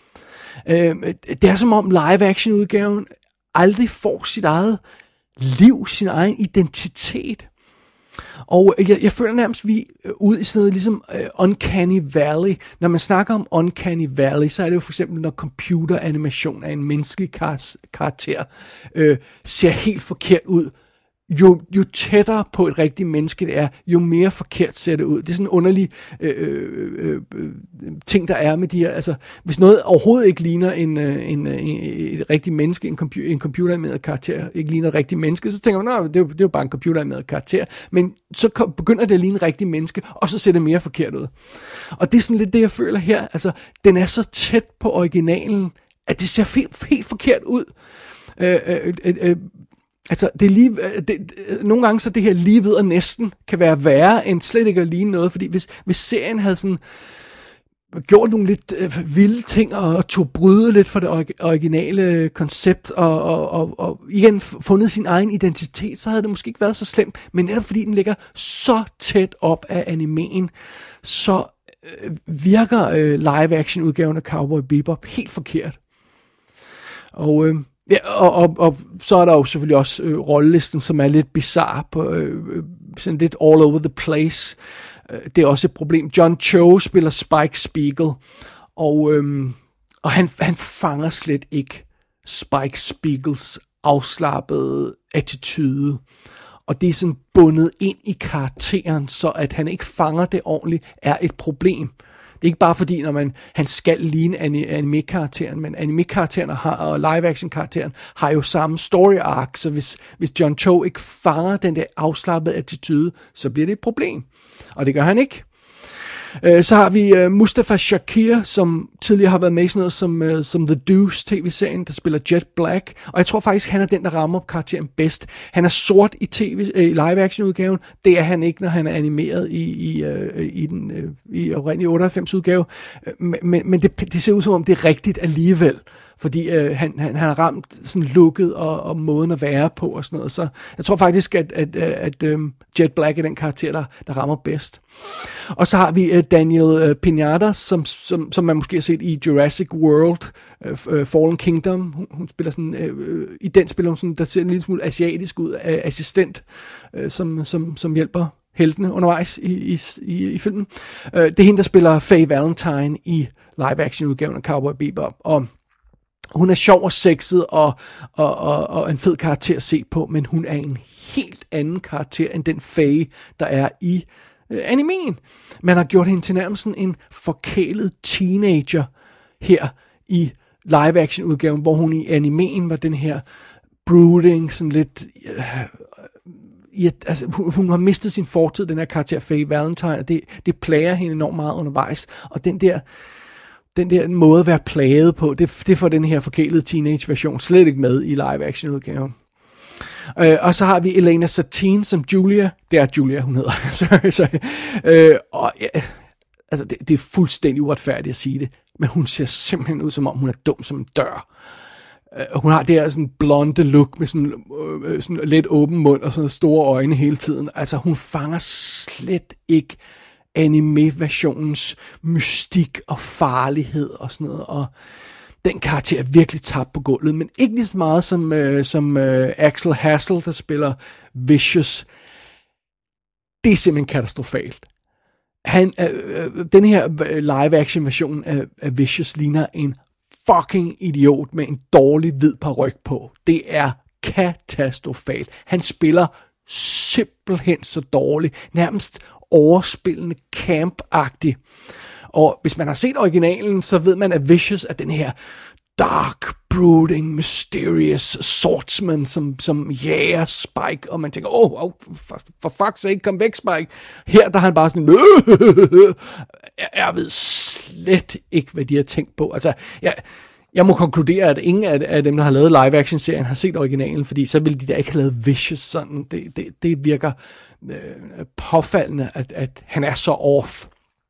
S2: Det er som om live action udgaven aldrig får sit eget liv, sin egen identitet. Og jeg føler nærmest, vi er ude i sådan noget ligesom Uncanny Valley. Når man snakker om Uncanny Valley, så er det jo for eksempel, når computeranimation af en menneskelig karakter ser helt forkert ud. Jo tættere på et rigtigt menneske det er, jo mere forkert ser det ud. Det er sådan en underlig ting, der er med de her. Altså, hvis noget overhovedet ikke ligner et rigtigt menneske, en computeranimeret karakter ikke ligner et rigtigt menneske, så tænker man, det er jo bare en computeranimeret karakter. Men så begynder det at ligne et rigtigt menneske, og så ser det mere forkert ud. Og det er sådan lidt det, jeg føler her. Altså, den er så tæt på originalen, at det ser helt forkert ud. Altså, nogle gange så det her lige ved og næsten kan være værre end slet ikke at ligne noget, fordi hvis serien havde sådan gjort nogle lidt vilde ting og tog bryde lidt for det originale koncept og igen fundet sin egen identitet, så havde det måske ikke været så slemt, men netop fordi den ligger så tæt op af animeen, så virker live-action udgaven af Cowboy Bebop helt forkert. Og ja, og så er der jo selvfølgelig også rollelisten, som er lidt bizarre, sådan lidt all over the place. Det er også et problem. John Cho spiller Spike Spiegel, og han fanger slet ikke Spike Spiegels afslappede attitude. Og det er sådan bundet ind i karakteren, så at han ikke fanger det ordentligt, er et problem. Det er ikke bare fordi, når han skal ligne anime-karakteren, men anime-karakteren og live-action-karakteren har jo samme story arc, så hvis John Cho ikke fanger den der afslappede attitude, så bliver det et problem. Og det gør han ikke. Så har vi Mustafa Shakir, som tidligere har været med i sådan noget som The Deuce tv-serien, der spiller Jet Black. Og jeg tror faktisk, han er den, der rammer op karakteren bedst. Han er sort i live-action-udgaven. Det er han ikke, når han er animeret i den oprindelige 98-udgave. Men det ser ud som om, det er rigtigt alligevel. Fordi han har ramt sådan lukket og måden at være på og sådan noget. Så jeg tror faktisk, at Jet Black er den karakter, der rammer bedst. Og så har vi Daniel Pinata, som man måske har set i Jurassic World, Fallen Kingdom. Hun spiller sådan, i den spiller hun sådan, der ser en lille smule asiatisk ud, af assistent, som hjælper heltene undervejs i filmen. Det er hende, der spiller Faye Valentine i live-action-udgaven af Cowboy Bebop. Og hun er sjov og sexet og en fed karakter at se på, men hun er en helt anden karakter end den Faye, der er i animeen. Man har gjort hende til nærmest sådan en forkælet teenager her i live-action-udgaven, hvor hun i animeen var den her brooding, sådan lidt... altså, hun har mistet sin fortid, den her karakter Faye Valentine, og det plager hende enormt meget undervejs. Og den der måde at være plaget på, det får den her forkælede teenage-version slet ikke med i live-action-udgaven. Og så har vi Elena Satin som Julia. Det er Julia, hun hedder. sorry. Og ja, altså det er fuldstændig uretfærdigt at sige det, men hun ser simpelthen ud, som om hun er dum som en dør. Hun har det her sådan blonde look med sådan lidt åben mund og sådan store øjne hele tiden. Altså hun fanger slet ikke anime-versionens mystik og farlighed og sådan noget. Og den karakter er virkelig tabt på gulvet, men ikke lige så meget som Axel Hassel, der spiller Vicious. Det er simpelthen katastrofalt. Den her live-action version af Vicious ligner en fucking idiot med en dårlig hvid paryk på. Det er katastrofalt. Han spiller simpelthen så dårligt, nærmest overspillende camp-agtig. Og hvis man har set originalen, så ved man, at Vicious er den her dark, brooding, mysterious swordsman, som jager Spike, og man tænker, for fuck's sake, kom væk, Spike. Her der er han bare sådan, jeg ved slet ikke, hvad de har tænkt på. Altså, jeg må konkludere, at ingen af dem, der har lavet live-action-serien, har set originalen, fordi så ville de da ikke have lavet Vicious sådan. Det virker påfaldende, at han er så off.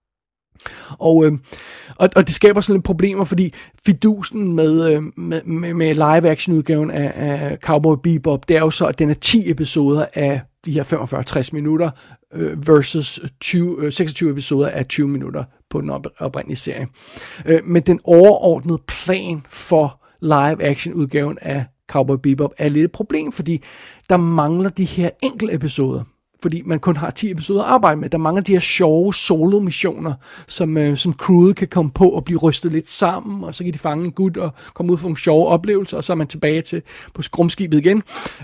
S2: Og det skaber sådan lidt problemer, fordi fidusen med live-action-udgaven af Cowboy Bebop, det er jo så, at den er 10 episoder af de her 45-60 minutter versus 26 episoder af 20 minutter på den oprindelige serie. Men den overordnede plan for live-action-udgaven af Cowboy Bebop er lidt et problem, fordi der mangler de her enkelte episoder. Fordi man kun har 10 episoder at arbejde med. Der mangler de her sjove solo-missioner, som crewet kan komme på og blive rystet lidt sammen, og så kan de fange en gut og komme ud for nogle sjove oplevelser, og så er man tilbage på skrumskibet igen.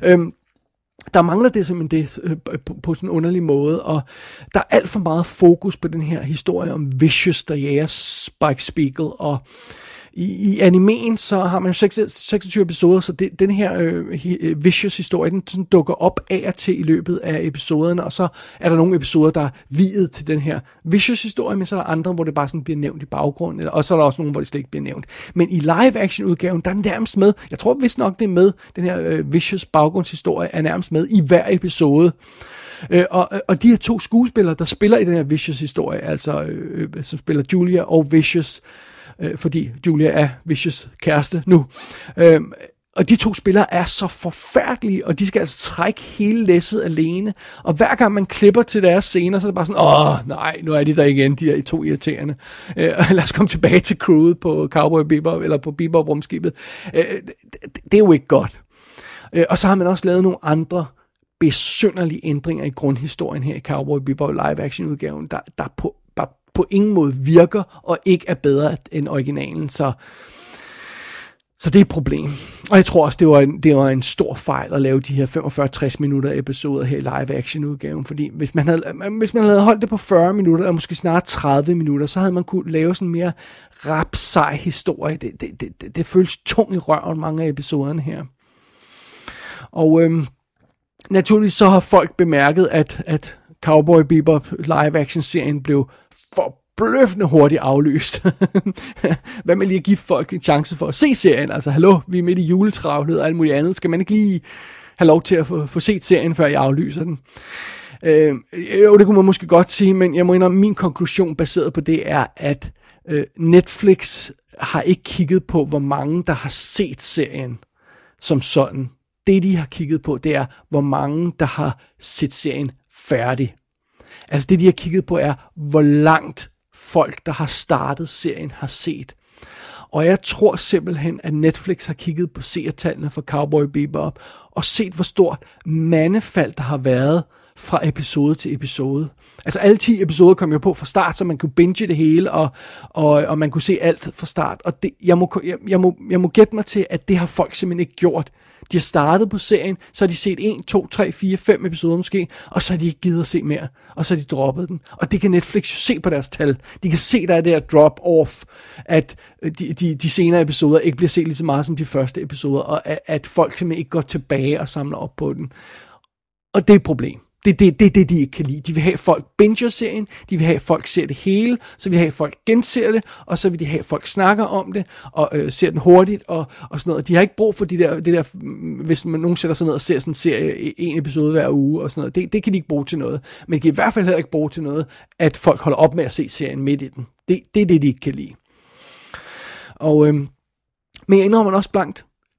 S2: Der mangler det simpelthen på sådan en underlig måde, og der er alt for meget fokus på den her historie om Vicious, der jager Spike Spiegel, og i animeen så har man 26 episoder, så den her Vicious-historie, den sådan dukker op af og til i løbet af episoderne, og så er der nogle episoder, der er viet til den her Vicious-historie, men så er der andre, hvor det bare sådan bliver nævnt i baggrunden, og så er der også nogle, hvor det slet ikke bliver nævnt. Men i live-action-udgaven, der er nærmest med, jeg tror vist nok det er med, den her Vicious baggrundshistorie er nærmest med i hver episode. Og de her 2 skuespillere, der spiller i den her Vicious-historie, altså som spiller Julia og Vicious, fordi Julia er Vicious kæreste nu. Og de 2 spillere er så forfærdelige, og de skal altså trække hele læsset alene. Og hver gang man klipper til deres scener, så er det bare sådan, nej, nu er de der igen, de der 2 irriterende. Lad os komme tilbage til crewet på Cowboy Bebop, eller på Bebop-rumskibet. Det er jo ikke godt. Og så har man også lavet nogle andre besynderlige ændringer i grundhistorien her i Cowboy Bebop live-action-udgaven, der på ingen måde virker, og ikke er bedre end originalen, så det er et problem. Og jeg tror også, det var en stor fejl at lave de her 45-60 minutter episoder her i live-action-udgaven, fordi hvis man havde holdt det på 40 minutter, eller måske snart 30 minutter, så havde man kunne lave sådan en mere rap-sej historie. Det føles tung i røven, mange af episoderne her. Og naturligvis så har folk bemærket, at Cowboy Bebop live-action-serien blev forbløffende hurtigt aflyst. Hvad med lige at give folk en chance for at se serien? Altså, hallo, vi er midt i juletravlet og alt muligt andet. Skal man ikke lige have lov til at få set serien, før jeg aflyser den? Jo, det kunne man måske godt sige, men jeg må indrømme, min konklusion baseret på det er, at Netflix har ikke kigget på, hvor mange der har set serien som sådan. Det, de har kigget på, det er, hvor mange der har set serien færdig. Altså det, de har kigget på, er, hvor langt folk, der har startet serien, har set. Og jeg tror simpelthen, at Netflix har kigget på seertallene for Cowboy Bebop, og set, hvor stort mandefald der har været fra episode til episode. Altså alle 10 episoder kom jo på fra start, så man kunne binge det hele, og man kunne se alt fra start. Og det, jeg må gætte mig til, at det har folk simpelthen ikke gjort. De har startet på serien, så har de set 1, 2, 3, 4, 5 episoder måske, og så har de ikke givet at se mere, og så har de droppet den. Og det kan Netflix jo se på deres tal. De kan se, der er det her drop-off, at de senere episoder ikke bliver set lige så meget som de første episoder, og at folk simpelthen ikke går tilbage og samler op på den. Og det er et problem. Det er det, de ikke kan lide. De vil have, at folk binger serien, de vil have, at folk ser det hele, så vil de have, at folk genser det, og så vil de have, at folk snakker om det, og ser den hurtigt, og sådan noget. De har ikke brug for det der, hvis nogen sætter sig ned og ser sådan en serie, en episode hver uge, og sådan noget. Det kan de ikke bruge til noget. Men de kan i hvert fald heller ikke bruge til noget, at folk holder op med at se serien midt i den. Det er det, de ikke kan lide. Og, men jeg indrømmer også blankt,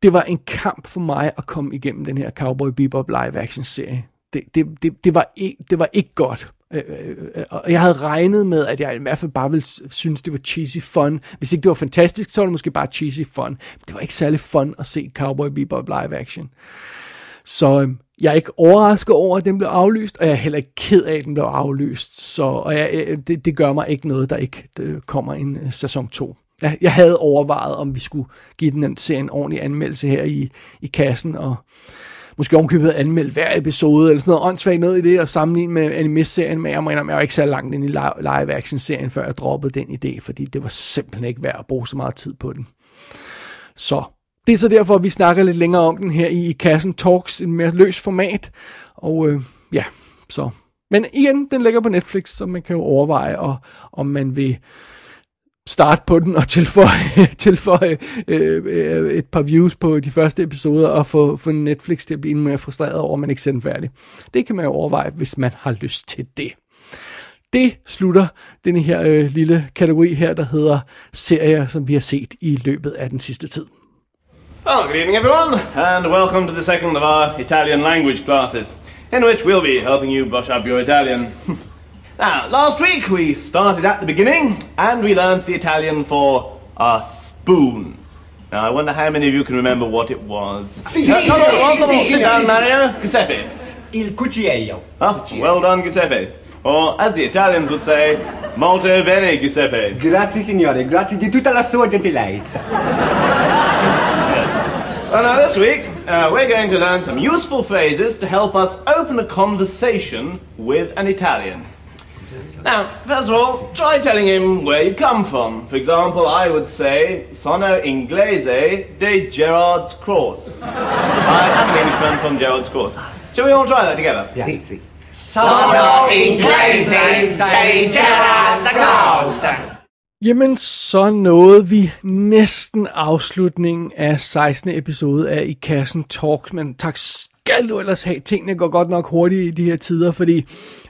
S2: det var en kamp for mig at komme igennem den her Cowboy Bebop live-action-serie. Det var ikke godt. Og jeg havde regnet med, at jeg i hvert fald bare ville synes, det var cheesy fun. Hvis ikke det var fantastisk, så var det måske bare cheesy fun. Det var ikke særlig fun at se Cowboy Bebop live-action. Så jeg er ikke overrasket over, at den blev aflyst, og jeg er heller ikke ked af, at den blev aflyst. Det gør mig ikke noget, der ikke kommer en sæson 2. Jeg havde overvejet, om vi skulle give den serie en ordentlig anmeldelse her i kassen, og måske ovenkøbet anmeldt hver episode, eller sådan noget åndssvagt noget i det, og sammenligne med anime-serien, men jeg var ikke så langt ind i live-action-serien, før jeg droppede den idé, fordi det var simpelthen ikke værd at bruge så meget tid på den. Så det er så derfor, at vi snakker lidt længere om den her i Kassen Talks, en mere løs format, og så. Men igen, den ligger på Netflix, så man kan jo overveje, om man vil starte på den og tilføje et par views på de første episoder og få Netflix til at blive endnu mere frustreret over, at man ikke ser den færdig. Det kan man jo overveje, hvis man har lyst til det. Det slutter denne her lille kategori her, der hedder serier, som vi har set i løbet af den sidste tid.
S21: Well, good evening everyone, and welcome to the second of our Italian language classes, in which we'll be helping you brush up your Italian. Now, last week we started at the beginning, and we learned the Italian for a spoon. Now, I wonder how many of you can remember what it was. Sit down, Mario. Giuseppe.
S22: Il cucchiaio.
S21: Oh, well done, Giuseppe. Or, as the Italians would say, molto bene, Giuseppe.
S22: Grazie, signore. Grazie di tutta la sua gentilezza.
S21: Well, now this week, we're going to learn some useful phrases to help us open a conversation with an Italian. Now, first of all, try telling him where you come from. For example, I would say, sono inglese de Gerrard's Cross. I am an Englishman from Gerrard's Cross. Shall we all try that together?
S22: Yeah. Si.
S21: Sono inglese de Gerrard's Cross.
S2: Jamen, så nåede vi næsten afslutningen af 16. episode af I Kassen Talks, men tak skal du ellers have. Tingene går godt nok hurtigt i de her tider, fordi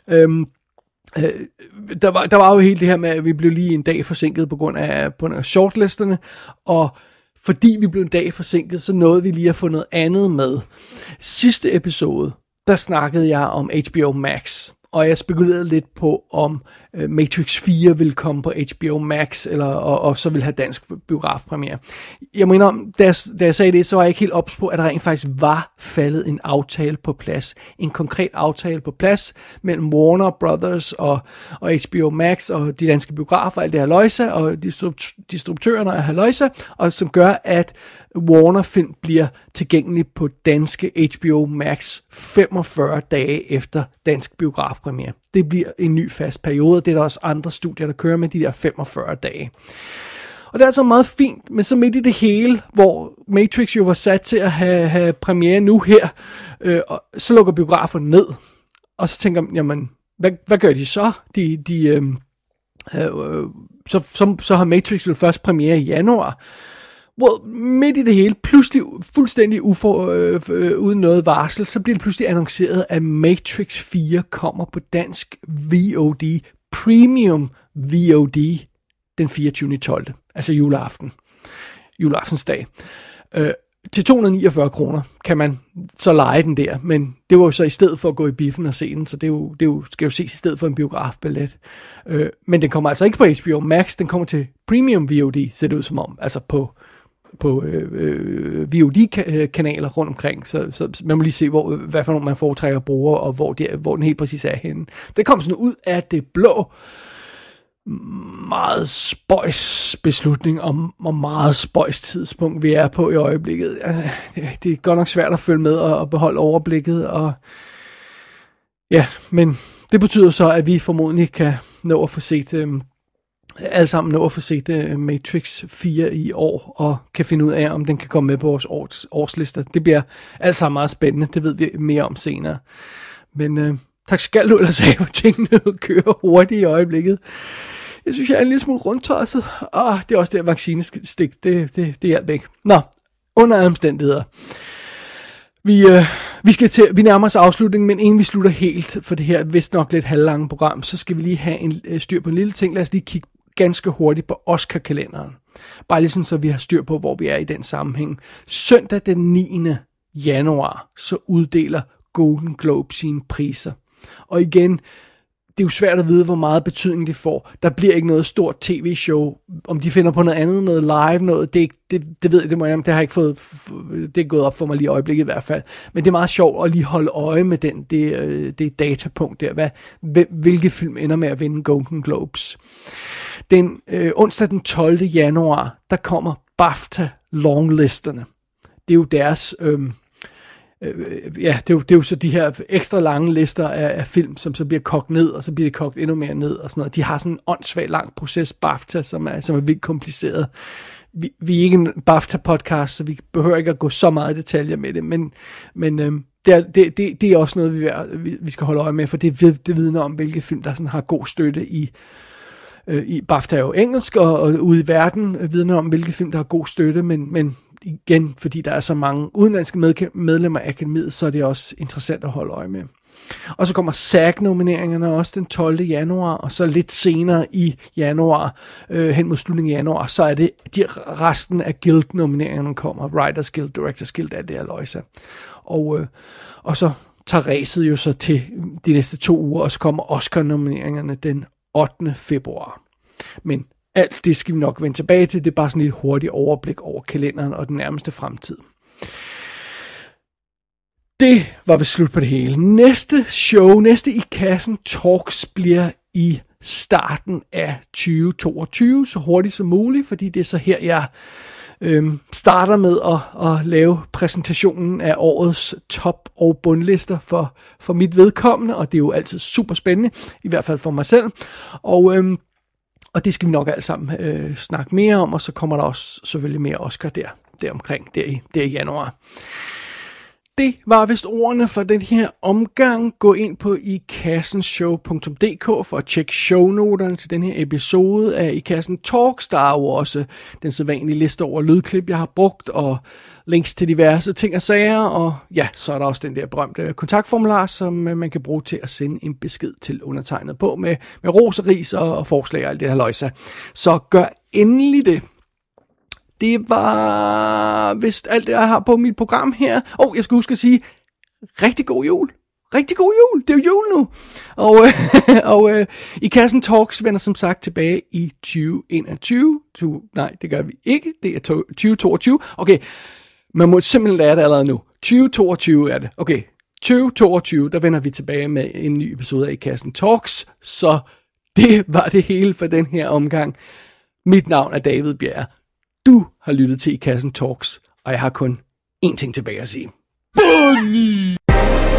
S2: der var jo helt det her med, at vi blev lige en dag forsinket på grund af shortlisterne, og fordi vi blev en dag forsinket, så nåede vi lige at få noget andet med. Sidste episode, der snakkede jeg om HBO Max, og jeg spekulerede lidt på, om Matrix 4 ville komme på HBO Max, og så ville have dansk biografpremiere. Jeg mener om, da jeg sagde det, så var jeg ikke helt ops på, at der rent faktisk var faldet en aftale på plads. En konkret aftale på plads mellem Warner Brothers og HBO Max og de danske biografer, alt det her løjse, og distributørerne af haløjse, og som gør, at Warner Film bliver tilgængelig på danske HBO Max 45 dage efter dansk biografpremiere. Det bliver en ny fast periode, det er der også andre studier, der kører med de der 45 dage. Og det er altså meget fint, men så midt i det hele, hvor Matrix jo var sat til at have premiere nu her, så lukker biograferne ned. Og så tænker man, jamen, hvad gør de så? Så har Matrix jo først premiere i januar. Well, midt i det hele, pludselig fuldstændig uden noget varsel, så bliver det pludselig annonceret, at Matrix 4 kommer på dansk VOD, Premium VOD, den 24.12., altså juleaftensdag. Til 249 kroner kan man så leje den der, men det var jo så i stedet for at gå i biffen og se den, så det skal jo ses i stedet for en biografbillet. Men den kommer altså ikke på HBO Max, den kommer til Premium VOD, ser det ud som om, altså på VOD-kanaler rundt omkring, så man må lige se, hvad for nogle man foretrækker at bruge, og hvor den helt præcis er henne. Det kom sådan ud af det blå, meget spøjs beslutning og meget spøjs tidspunkt, vi er på i øjeblikket. Det er godt nok svært at følge med og beholde overblikket, og ja, men det betyder så, at vi formodentlig kan nå at få set alle sammen nå at få set Matrix 4 i år, og kan finde ud af, om den kan komme med på vores årslister. Det bliver alt sammen meget spændende, det ved vi mere om senere. Men tak skal du ellers have, hvor tingene kører hurtigt i øjeblikket. Jeg synes, jeg er en lille smule rundtosset, og det er også det vaccinestik, det hjalp ikke. Nå, under omstændigheder. Vi nærmer os afslutningen, men inden vi slutter helt for det her vist nok lidt halvlange program, så skal vi lige have en styr på en lille ting. Lad os lige ganske hurtigt på Oscar-kalenderen. Bare lige sådan, så vi har styr på, hvor vi er i den sammenhæng. Søndag den 9. januar, så uddeler Golden Globe sine priser. Og igen, det er jo svært at vide, hvor meget betydning det får. Der bliver ikke noget stort tv-show. Om de finder på noget andet, noget live, noget, det ved jeg, det har jeg ikke fået, det er gået op for mig lige i øjeblikket i hvert fald. Men det er meget sjovt at lige holde øje med det datapunkt der. Hvilke film ender med at vinde Golden Globes. Den onsdag den 12. januar, der kommer BAFTA longlisterne. Det er jo deres... det er jo så de her ekstra lange lister af film, som så bliver kogt ned, og så bliver det kogt endnu mere ned og sådan noget. De har sådan en åndssvagt lang proces, BAFTA, som er vildt kompliceret. Vi er ikke en BAFTA-podcast, så vi behøver ikke at gå så meget i detaljer med det, men det er også noget, vi skal holde øje med, for det vidner om, hvilke film, der sådan har god støtte i BAFTA er jo engelsk, og ude i verden vidner om, hvilke film, der har god støtte, men igen, fordi der er så mange udenlandske medlemmer af akademiet, så er det også interessant at holde øje med. Og så kommer SAG-nomineringerne også den 12. januar, og så lidt senere i januar, hen mod slutningen af januar, så er det resten af Guild-nomineringerne kommer. Writers Guild, Directors Guild, alt det her løjse. Og så tager ræset jo så til de næste 2 uger, og så kommer Oscar-nomineringerne den 8. februar. Men alt det skal vi nok vende tilbage til. Det er bare sådan et hurtigt overblik over kalenderen og den nærmeste fremtid. Det var ved slut på det hele. Næste i kassen Talks bliver i starten af 2022, så hurtigt som muligt, fordi det er så her, jeg starter med at lave præsentationen af årets top- og bundlister for mit vedkommende, og det er jo altid super spændende, i hvert fald for mig selv. Og det skal vi nok alt sammen snakke mere om, og så kommer der også selvfølgelig mere Oscar deromkring, der i januar. Det var vist ordene for den her omgang. Gå ind på ikassenshow.dk for at tjekke shownoterne til den her episode af I Kassen Talks. Der er jo også den sædvanlige liste over lydklip, jeg har brugt, og links til diverse ting og sager. Og ja, så er der også den der berømte kontaktformular, som man kan bruge til at sende en besked til undertegnet på med ros og ris og forslag og alt det her løjse. Så gør endelig det. Det var vist alt det, jeg har på mit program her. Jeg skal huske at sige, rigtig god jul. Rigtig god jul. Det er jo jul nu. Og I Kassen Talks vender som sagt tilbage i 2021. Nej, det gør vi ikke. Det er 2022. Okay, man må simpelthen lære det allerede nu. 2022 er det. Okay, 2022, der vender vi tilbage med en ny episode af I Kassen Talks. Så det var det hele for den her omgang. Mit navn er David Bjerre. Du har lyttet til I Kassen Talks, og jeg har kun én ting tilbage at sige. Bunny!